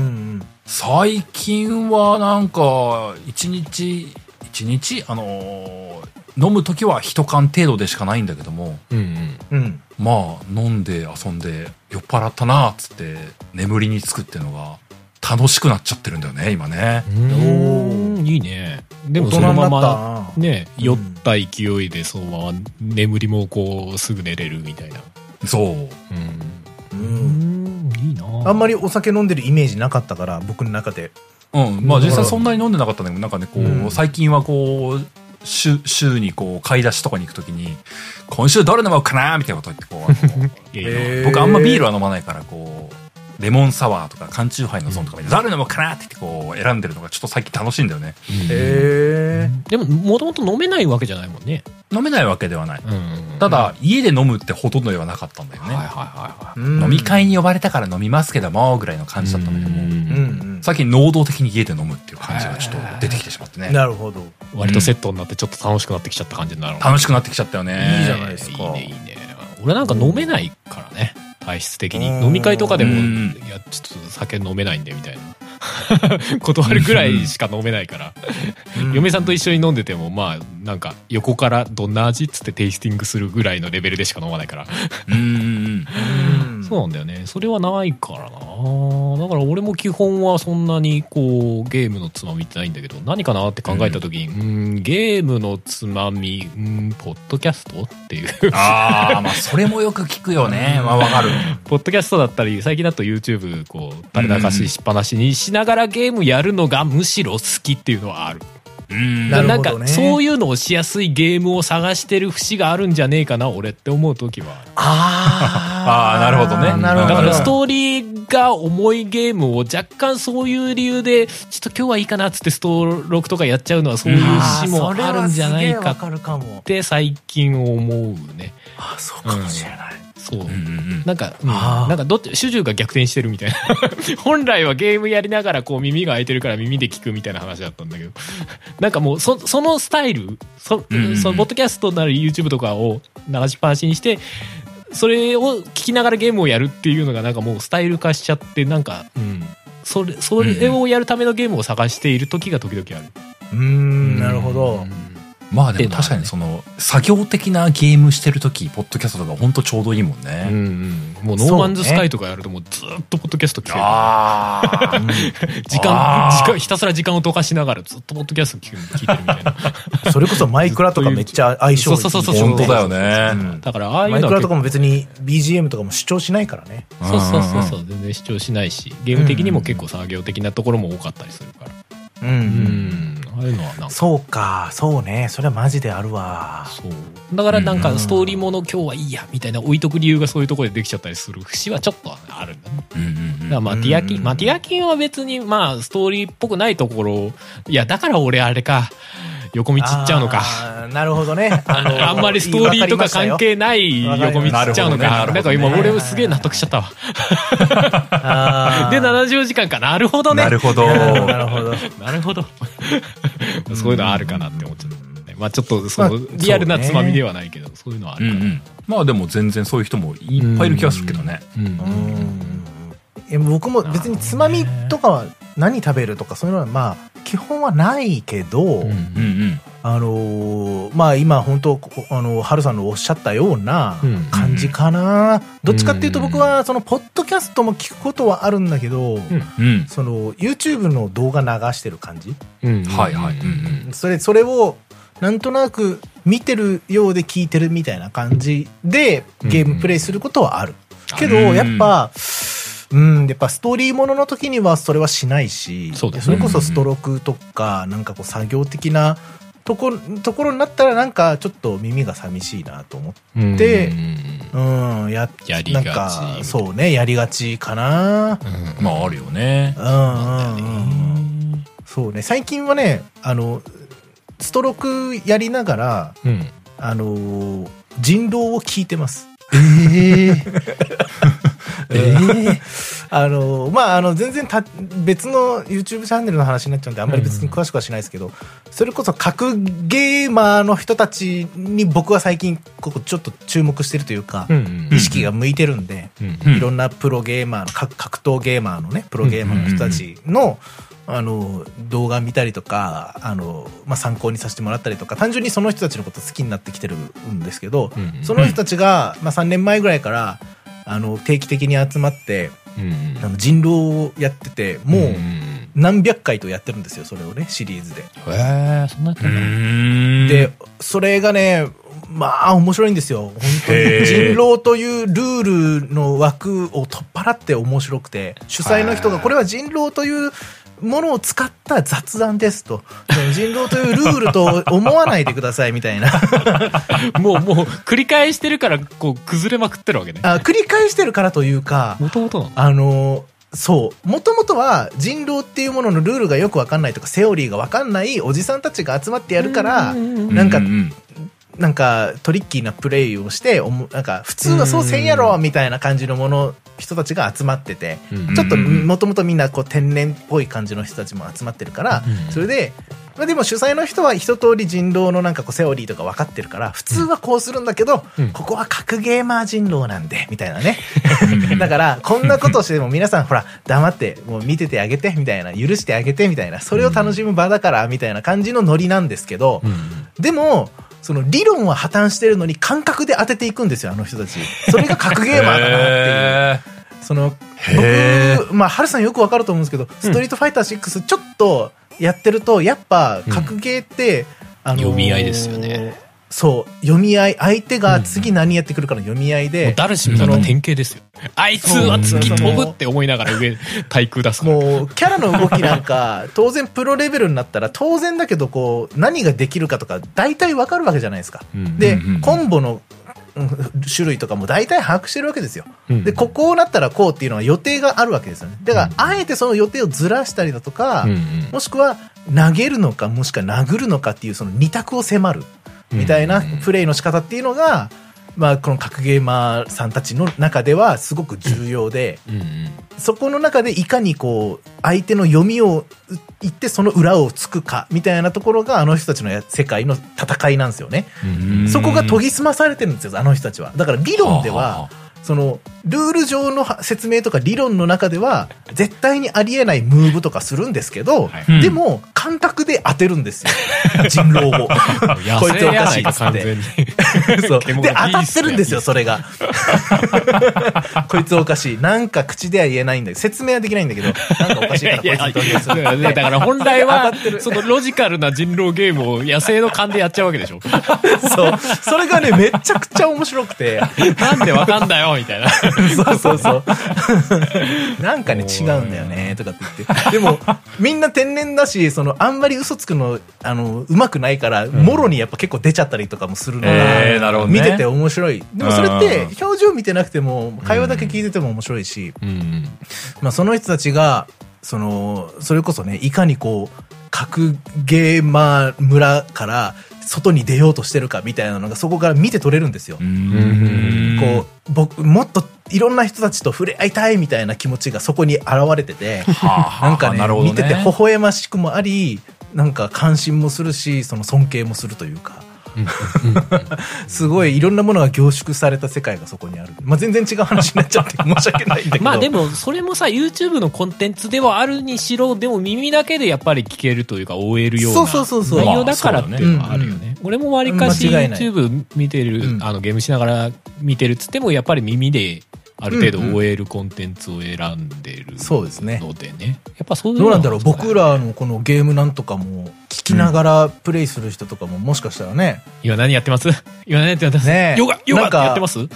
最近はなんか一日一日あのー飲む時は一缶程度でしかないんだけども、
うんうん、
まあ飲んで遊んで酔っ払ったなっつって眠りにつくっていうのが楽しくなっちゃってるんだよね今ね。
おいいね。でもそのままね、酔った勢いでそのまま眠りもこうすぐ寝れるみたいな。
そう、
うんうん、いいな。
あんまりお酒飲んでるイメージなかったから僕の中で。
うん、まあ実際そんなに飲んでなかったんだけど、なんかねこう、うん、最近はこう週, 週にこう買い出しとかに行くときに今週どれ飲もうかなみたいなこと言ってこういやいや僕あんまビールは飲まないからこうレモンサワーとか缶チューハイのゾーンとかでどれ飲もうかなって言ってこう選んでるのがちょっと最近楽しいんだよね。
へー。
でももともと飲めないわけじゃないもんね。
飲めないわけではない、うんうんうん、ただ家で飲むってほとんどではなかったんだよね、はいはいはいはい、飲み会に呼ばれたから飲みますけどもぐらいの感じだったんだけども、うんうん、最近能動的に家で飲むっていう感じがちょっと出てきてしまってね。
なるほど。
割とセットになってちょっと楽しくなってきちゃった感じになる、
うん、楽しくなってきちゃったよね。
いいじゃないですか。
いいねいいね。俺なんか飲めないからね、体質的に。飲み会とかでも、いやちょっと酒飲めないんでみたいな断るぐらいしか飲めないから嫁さんと一緒に飲んでてもまあなんか横からどんな味っつってテイスティングするぐらいのレベルでしか飲まないからうんそうなんだよね。それはないからな。だから俺も基本はそんなにこうゲームのつまみってないんだけど、何かなって考えた時に、うん、うんゲームのつまみ、うん、ポッドキャストっていう
ああまあそれもよく聞くよね。まあわかる。
ポッドキャストだったり最近だと YouTube こう垂れ流ししっぱなしにしながらゲームやるのがむしろ好きっていうのはある。うんな, なんかそういうのをしやすいゲームを探してる節があるんじゃねえかな俺って思う時は
ああなるほどね。
だからストーリーが重いゲームを若干そういう理由でちょっと今日はいいかなっつってストロークとかやっちゃうのはそういう節もあるんじゃないかって最近思うね。
ああそうかもしれない、うん
そう、うんうん、なんか、うん、なんかどっち主従が逆転してるみたいな本来はゲームやりながらこう耳が開いてるから耳で聞くみたいな話だったんだけどなんかもう そ, そのスタイル そ,、うんうん、そのポッドキャストなり YouTube とかを流しっぱなしにしてそれを聞きながらゲームをやるっていうのがなんかもうスタイル化しちゃってなんか、うん、そ, れそれをやるためのゲームを探している時が時々ある。
うーんなるほど。
まあでも確かにその作業的なゲームしてる時ポッドキャストとか本当ちょうどいいもんね、うんうん、
もうノーマンズスカイとかやるともうずっとポッドキャスト聞ける、あ時間時間ひたすら時間を溶かしながらずっとポッドキャスト聞いてるみたいな
それこそマイクラとかめっちゃ相性いい。
そうそうそうそう
本当だよね、
うん、だからああいうの
マイクラとかも別に ビージーエム とかも主張しないからね。
そうそうそうそう全然主張しないしゲーム的にも結構作業的なところも多かったりするからうん、うん、ああいうのはなんか
そうかそうねそれはマジであるわ。
そうだからなんかストーリーもの今日はいいやみたいな置いとく理由がそういうところでできちゃったりする節はちょっとあるんだね、うんうんうん、だからまあティアキン、まあ、ティアキンは別にまあストーリーっぽくないところいやだから俺あれか横道行っちゃうのか。
なるほどね。
あのあんまりストーリーとか関係ない横道行っちゃうのか。なんか今俺すげえ納得しちゃったわ。でななじゅうよじかんか。なるほどね。
なるほど。
なるほど。
なるほど。そういうのあるかなって思っちゃった。まあちょっとそのリアルなつまみではないけどそういうのはあるから。うんうん、
まあでも全然そういう人もいっぱいいる気がするけどね。うんうん
いや僕も別につまみとかは何食べるとかそういうのはまあ基本はないけど、うんうんうん、あのー、まあ今本当あのハルさんのおっしゃったような感じかな、うんうん、どっちかっていうと僕はそのポッドキャストも聞くことはあるんだけど、うん、その YouTube の動画流してる感じ、うんうん、はいはい、うんうん、それそれをなんとなく見てるようで聞いてるみたいな感じでゲームプレイすることはある、うんうん、けどやっぱうん、やっぱストーリーものの時にはそれはしないし、そうですね、それこそストロークとかなんかこう作業的なとこ、ところになったらなんかちょっと耳が寂しいなと思って、うん、うん、や、
やりがち。なんか
そうね、やりがちかな。
うん、まああるよね。うん、うん
うんそうね、最近はね、あのストロークやりながら、うん、あの人狼を聞いてます。えーえー、あのまああの全然た別の YouTube チャンネルの話になっちゃうんであんまり別に詳しくはしないですけど、うん、それこそ格ゲーマーの人たちに僕は最近ここちょっと注目してるというか、うんうん、意識が向いてるんで、うんうん、いろんなプロゲーマーの格闘ゲーマーのねプロゲーマーの人たちの、うんうんあの動画見たりとかあの、まあ、参考にさせてもらったりとか単純にその人たちのこと好きになってきてるんですけど、うんうん、その人たちが、まあ、さんねんまえぐらいからあの定期的に集まって、うんうん、あの人狼をやっててもう何百回とやってるんですよそれをねシリーズで。
へえそんなやってん
だ。でそれがねまあ面白いんですよ本当に。人狼というルールの枠を取っ払って面白くて主催の人がこれは人狼というものを使った雑談ですと人狼というルールと思わないでくださいみたいな
もうもう繰り返してるからこう崩れまくってるわけね。
あ繰り返してるからというか
もともと
あのそうもともとは人狼っていうもののルールがよく分かんないとかセオリーが分かんないおじさんたちが集まってやるからなんかなんかトリッキーなプレイをしてなんか普通はそうせんやろみたいな感じのもの人たちが集まっててちょっともともとみんなこう天然っぽい感じの人たちも集まってるからそれでまあでも主催の人は一通り人狼のなんかこうセオリーとか分かってるから普通はこうするんだけどここは格ゲーマー人狼なんでみたいなねだからこんなことをしても皆さんほら黙ってもう見ててあげてみたいな許してあげてみたいなそれを楽しむ場だからみたいな感じのノリなんですけどでもその理論は破綻してるのに感覚で当てていくんですよあの人たち。それが格ゲーマーだなっていうその僕まあハルさんよくわかると思うんですけど、うん、ストリートファイターシックスちょっとやってるとやっぱ格ゲーって、うん
あのー、読み合いですよね。
そう読み合い相手が次何やってくるかの読み合いで、
うん、ダルシムさんの典型ですよ。あいつは次飛ぶって思いながら上対空出す
もうキャラの動きなんか当然プロレベルになったら当然だけどこう何ができるかとか大体わかるわけじゃないですか、うん、で、うん、コンボの種類とかも大体把握してるわけですよ、うん、でここなったらこうっていうのは予定があるわけですよね。だからあえてその予定をずらしたりだとか、うんうん、もしくは投げるのかもしくは殴るのかっていうその二択を迫るみたいなプレイの仕方っていうのが、まあ、この格ゲーマーさんたちの中ではすごく重要で、うんうん、そこの中でいかにこう相手の読みを言ってその裏をつくかみたいなところがあの人たちの世界の戦いなんですよね。そこが研ぎ澄まされてるんですよあの人たちは。だから理論ではそのルール上の説明とか理論の中では絶対にありえないムーブとかするんですけど、はい、でも感覚で当てるんですよ人狼をこいつおかしいっつってそうで当たってるんですよそれがこいつおかしいなんか口では言えないんだけど説明はできないんだけどなんかおかしいからこいつに投票する
だから本来はそのロジカルな人狼ゲームを野生の勘でやっちゃうわけでしょ
そうそれがねめちゃくちゃ面白くて
なんでわかんだよみたいな
そうそうそうなんかね違うんだよねとかって言ってでもみんな天然だしそのあんまり嘘つくのあのうまくないから、うん、もろにやっぱ結構出ちゃったりとかもするのが、えーなるほどね、見てて面白い。でもそれって表情見てなくても会話だけ聞いてても面白いし、うんうんまあ、その人たちがそのそれこそねいかにこう格ゲーマー村から外に出ようとしてるかみたいなのがそこから見て取れるんですよ。うんこう僕もっといろんな人たちと触れ合いたいみたいな気持ちがそこに現れててなんか ね, ね見てて微笑ましくもありなんか関心もするしその尊敬もするというかすごいいろんなものが凝縮された世界がそこにある、まあ、全然違う話になっちゃって申し訳ないんだけど
まあでもそれもさ YouTube のコンテンツではあるにしろでも耳だけでやっぱり聞けるというか追えるような内容だからっていうのはあるよね。俺もわりかし YouTube 見てる、うん、あのゲームしながら見てるっつってもやっぱり耳である程度追えるコンテンツを選んでるのでね、うんうん、そうですね。やっぱそういうの
どうなんだろう僕らのこのゲームなんとかも聞きながらプレイする人とかももしかしたらね、
うん、今何やってます今何やってますねヨガヨガってやってます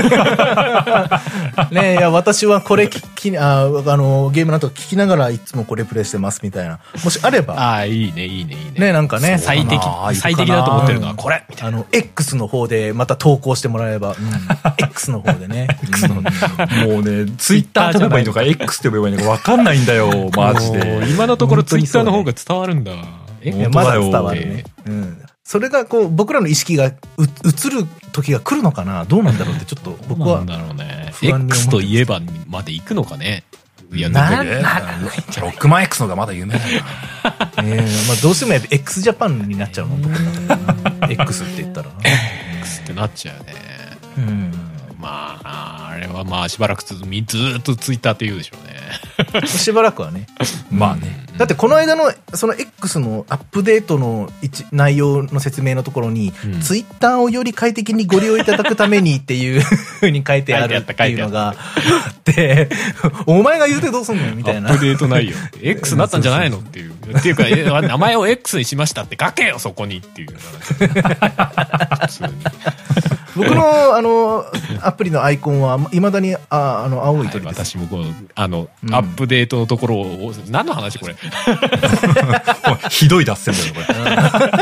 ねえいや私はこれ聞きああのゲームなんとか聞きながらいつもこれプレイしてますみたいなもしあれば
ああいいねいいねいいね
ねなんかね
最適最適だと思ってるのはこれみたいな
あの X の方でまた投稿してもらえば、うん、X の方でねX の
もうねツイッターと呼べばいいのか X と呼べばいいのか分かんないんだよマジで
今のところツイッターの方が伝わるんだ
えまだ伝わるね、うん、それがこう僕らの意識がう移る時が来るのかなどうなんだろうってちょっと僕は
なんだろうね X といえばまで行くのかね
いやなんでロックマン X のがまだ有名だな
えーまあ、どうしてもやっぱ X ジャパンになっちゃうのX って言ったらな
X ってなっちゃうねうんまああれはまあしばらくずーっとツイッターって言うでしょうね。
しばらくはね。
まあね。
だってこの間のその X のアップデートの一内容の説明のところに、うん、ツイッターをより快適にご利用いただくためにっていうふうに書いてあるっていうのがあってお前が言うてどうすんのよみたいな。
アップデートないよ X なったんじゃないのっていうっていうか名前を X にしましたって書けよそこにっていう普通に
僕のあのアプリのアイコンはいまだにああの青い鳥です、
はい、私もこのあの、うん、アップデートのところを何の話これ
ひどい脱線だよこれ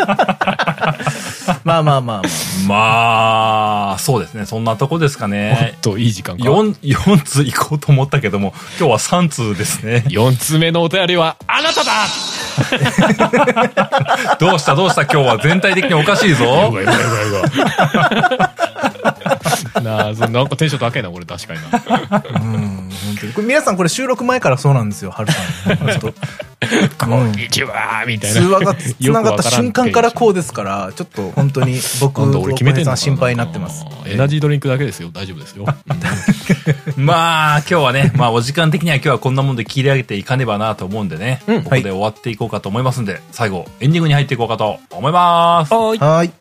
まあまあまあまあ
まあそうですねそんなとこですかね。
もっといい時間か
4, 4通行こうと思ったけども今日はさん通ですね。
よん通目のお便りはあなただ
どうしたどうした今日は全体的におかしいぞ
なあなんかテンション高いなこれ確かにな
うん本当にこれ皆さんこれ収録前からそうなんですよ。はるさん
こんにちはみたいな
通話がつながった瞬間からこうですからちょっと本当に僕と小林さん心配になってます。
エナジードリンクだけですよ大丈夫ですよ
まあ今日はねまあお時間的には今日はこんなもんで切り上げていかねばなと思うんでね、うん、ここで終わっていこうかと思いますんで、はい、最後エンディングに入っていこうかと思います。
はいはい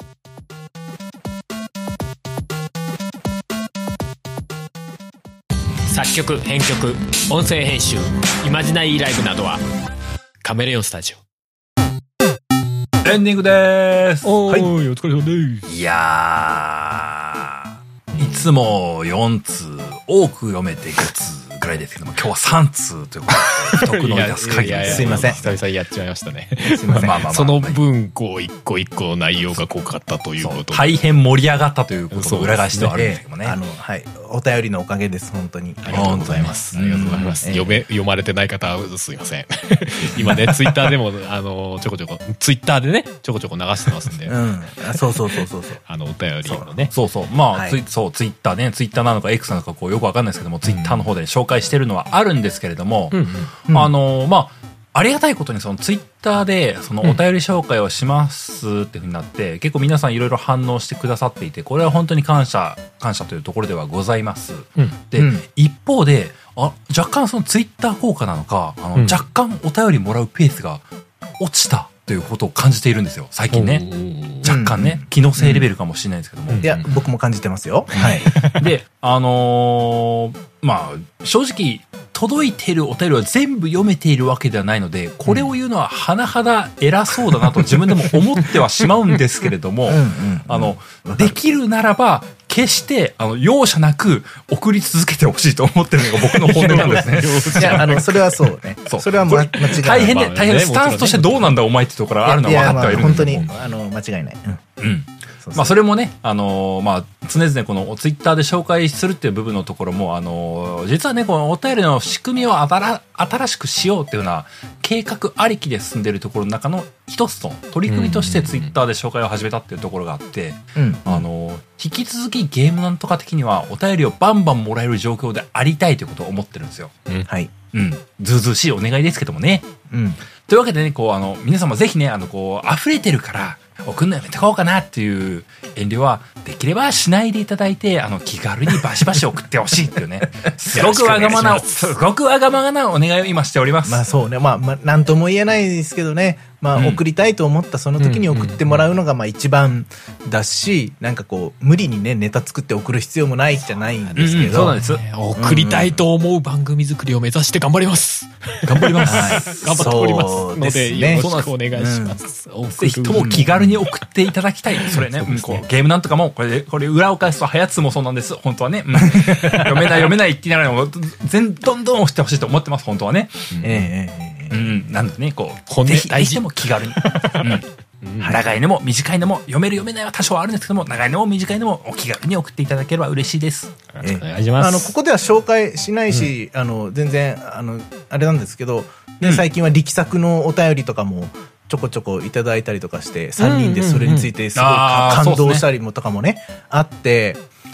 作曲編曲音声編集イマジナリーライブなどはカメレオンスタジ
オ。エンディングでーす。
おー、はい、お疲れ様です。
いやーいつもよん通多く読めてご通ぐらいですけども今日はさん通ということで不徳の致す限り
すいません
久々にやっちゃいましたね。
すいませんまあまあまあ
その分こう一個一個の内容が濃かったということ
大変盛り上がったということの裏返しではあるんですけどね。
あのはいお便りのおかげです本当にありがとうございます。
ありがとうございます。読め読まれてない方はすいません今ねツイッターでもあのちょこちょこツイッターでねちょこちょこ流してますんで、うん、
そうそうそうそうそう
あのお便りのね
そうそうまあ、はい、ツイそうツイッターねツイッターなのか X なのかこうよくわかんないですけども、うん、ツイッターの方で紹介してるのはあるんですけれども、うんうん、あのまあありがたいことにそのツイッターでそのお便り紹介をしますっていうふうになって、うん、結構皆さんいろいろ反応してくださっていてこれは本当に感謝感謝というところではございます、うん、で、うん、一方であ若干そのツイッター効果なのかあの、うん、若干お便りもらうペースが落ちたということを感じているんですよ最近ね。若干ね、うん、気のせいレベルかもしれないですけども、
うん、いや僕も感じてますよ、
はい、であのー、まあ正直届いているお便りは全部読めているわけではないのでこれを言うのは甚だ偉そうだなと自分でも思ってはしまうんですけれどもあのできるならば決してあの容赦なく送り続けてほしいと思ってるのが僕の本音なんですね。
いやあのそれはそうね。そうそれは間違いない。
大変で大変でスタンスとしてどうなんだお前ってところがあるのは分かってはいるんですけど、
本当にあの間違いない。うん。うん
まあそれもね、あのー、まあ常々このツイッターで紹介するっていう部分のところも、あのー、実はね、このお便りの仕組みを新新しくしようっていうような計画ありきで進んでいるところの中の一つの取り組みとしてツイッターで紹介を始めたっていうところがあって、うん、あのー、引き続きゲームなんとか的にはお便りをバンバンもらえる状況でありたいということを思ってるんですよ。
うん、はい。
うん。ずうずうしいお願いですけどもね。うん。というわけでね、こう、あの、皆様ぜひね、あの、こう、溢れてるから、送るのやめてこうかなっていう遠慮はできればしないでいただいて、あの気軽にバシバシ送ってほしいっていうねすごくわがまなすごくわがままなお願いを今しております。
まあそうね、まあ、まあ、なんとも言えないですけどね、まあ、うん、送りたいと思ったその時に送ってもらうのがまあ一番だし、なんかこう無理にねネタ作って送る必要もないじゃないんですけど、
うんうん、そうなんです、
送りたいと思う番組作りを目指して頑張ります。
頑張ります、
はい、頑張っておりますので、ね、よろしくお願いします、
うん、ぜひとも気軽に送っていただきたい。それね、うん、こうゲームなんとかもこれこれ裏を返すとはやつもそうなんです本当はね、うん、読めない読めないって言いながらも全どんどん押してほしいと思ってます本当はね、うん、ええええうん、なんでねこう
本音大事
でも気軽に、うん、長いのも短いのも読める読めないは多少あるんですけども長いのも短いのもお気軽に送っていただければ嬉しいです。
えー、お願いします。あのここでは紹介しないし、うん、あの全然あのあれなんですけど、で、うん、最近は力作のお便りとかもちょこちょこいただいたりとかしてさんにんでそれについてすごい感動したりもとかもねあって、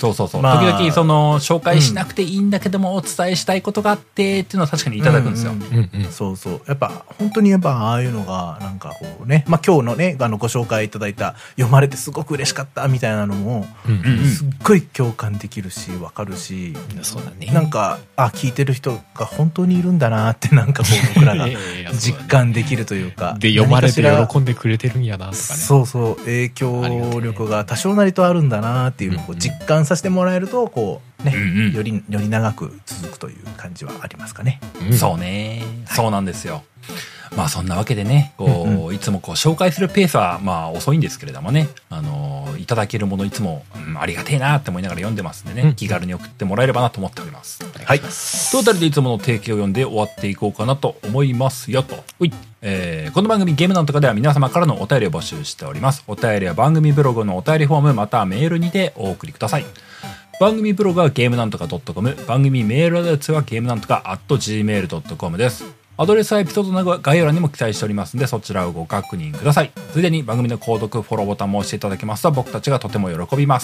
そうそうそう、まあ、時々その紹介しなくていいんだけども、うん、お伝えしたいことがあってっていうのは確かにいただくんですよ、うんうん
うん、そうそう、やっぱ本当にやっぱああいうのがなんかこうね、まあ、今日のねあのご紹介いただいた読まれてすごく嬉しかったみたいなのも、うんうんうん、すっごい共感できるし分かるし、
そうだね、
なんかあ聞いてる人が本当にいるんだなってなんかこう僕らが実感できるというか
で読まれて喜んでくれてるんやなとかね、
そうそう影響力が多少なりとあるんだなっていうのをこう実感させてもらえるとこうね、うんうん、よりより長く続くという感じはありますかね、
うん、そうね、はい、そうなんですよ。まあそんなわけでね、こう、うんうん、いつもこう紹介するペースはまあ遅いんですけれどもね、あのー、いただけるものいつも、うん、ありがてえなって思いながら読んでますんでね、うん、気軽に送ってもらえればなと思っております。はい。トータルでいつもの提供を読んで終わっていこうかなと思いますよと。うい。えー、この番組ゲームなんとかでは皆様からのお便りを募集しております。お便りは番組ブログのお便りフォームまたはメールにてお送りください。番組ブログはゲームなんとか .com、 番組メールアドレスはゲームなんとか アットジーメールドットコム です。アドレスはエピソードの概要欄にも記載しておりますので、そちらをご確認ください。ついでに番組の購読、フォローボタンも押していただけますと僕たちがとても喜びます。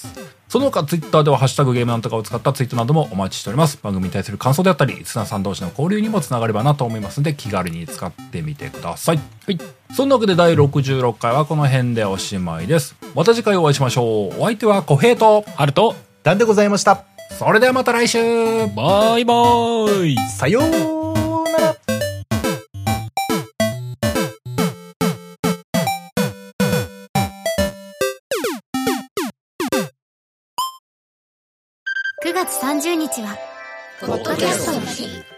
その他ツイッターではハッシュタグゲームなんとかを使ったツイートなどもお待ちしております。番組に対する感想であったり、リスナーさん同士の交流にもつながればなと思いますので、気軽に使ってみてください。はい。そんなわけでだいろくじゅうろっかいはこの辺でおしまいです。また次回お会いしましょう。お相手は小平と、
ハルと、
ダンでございました。
それではまた来週。
バイバーイ。
さようなら。
くがつさんじゅうにちはポッドキャストの日。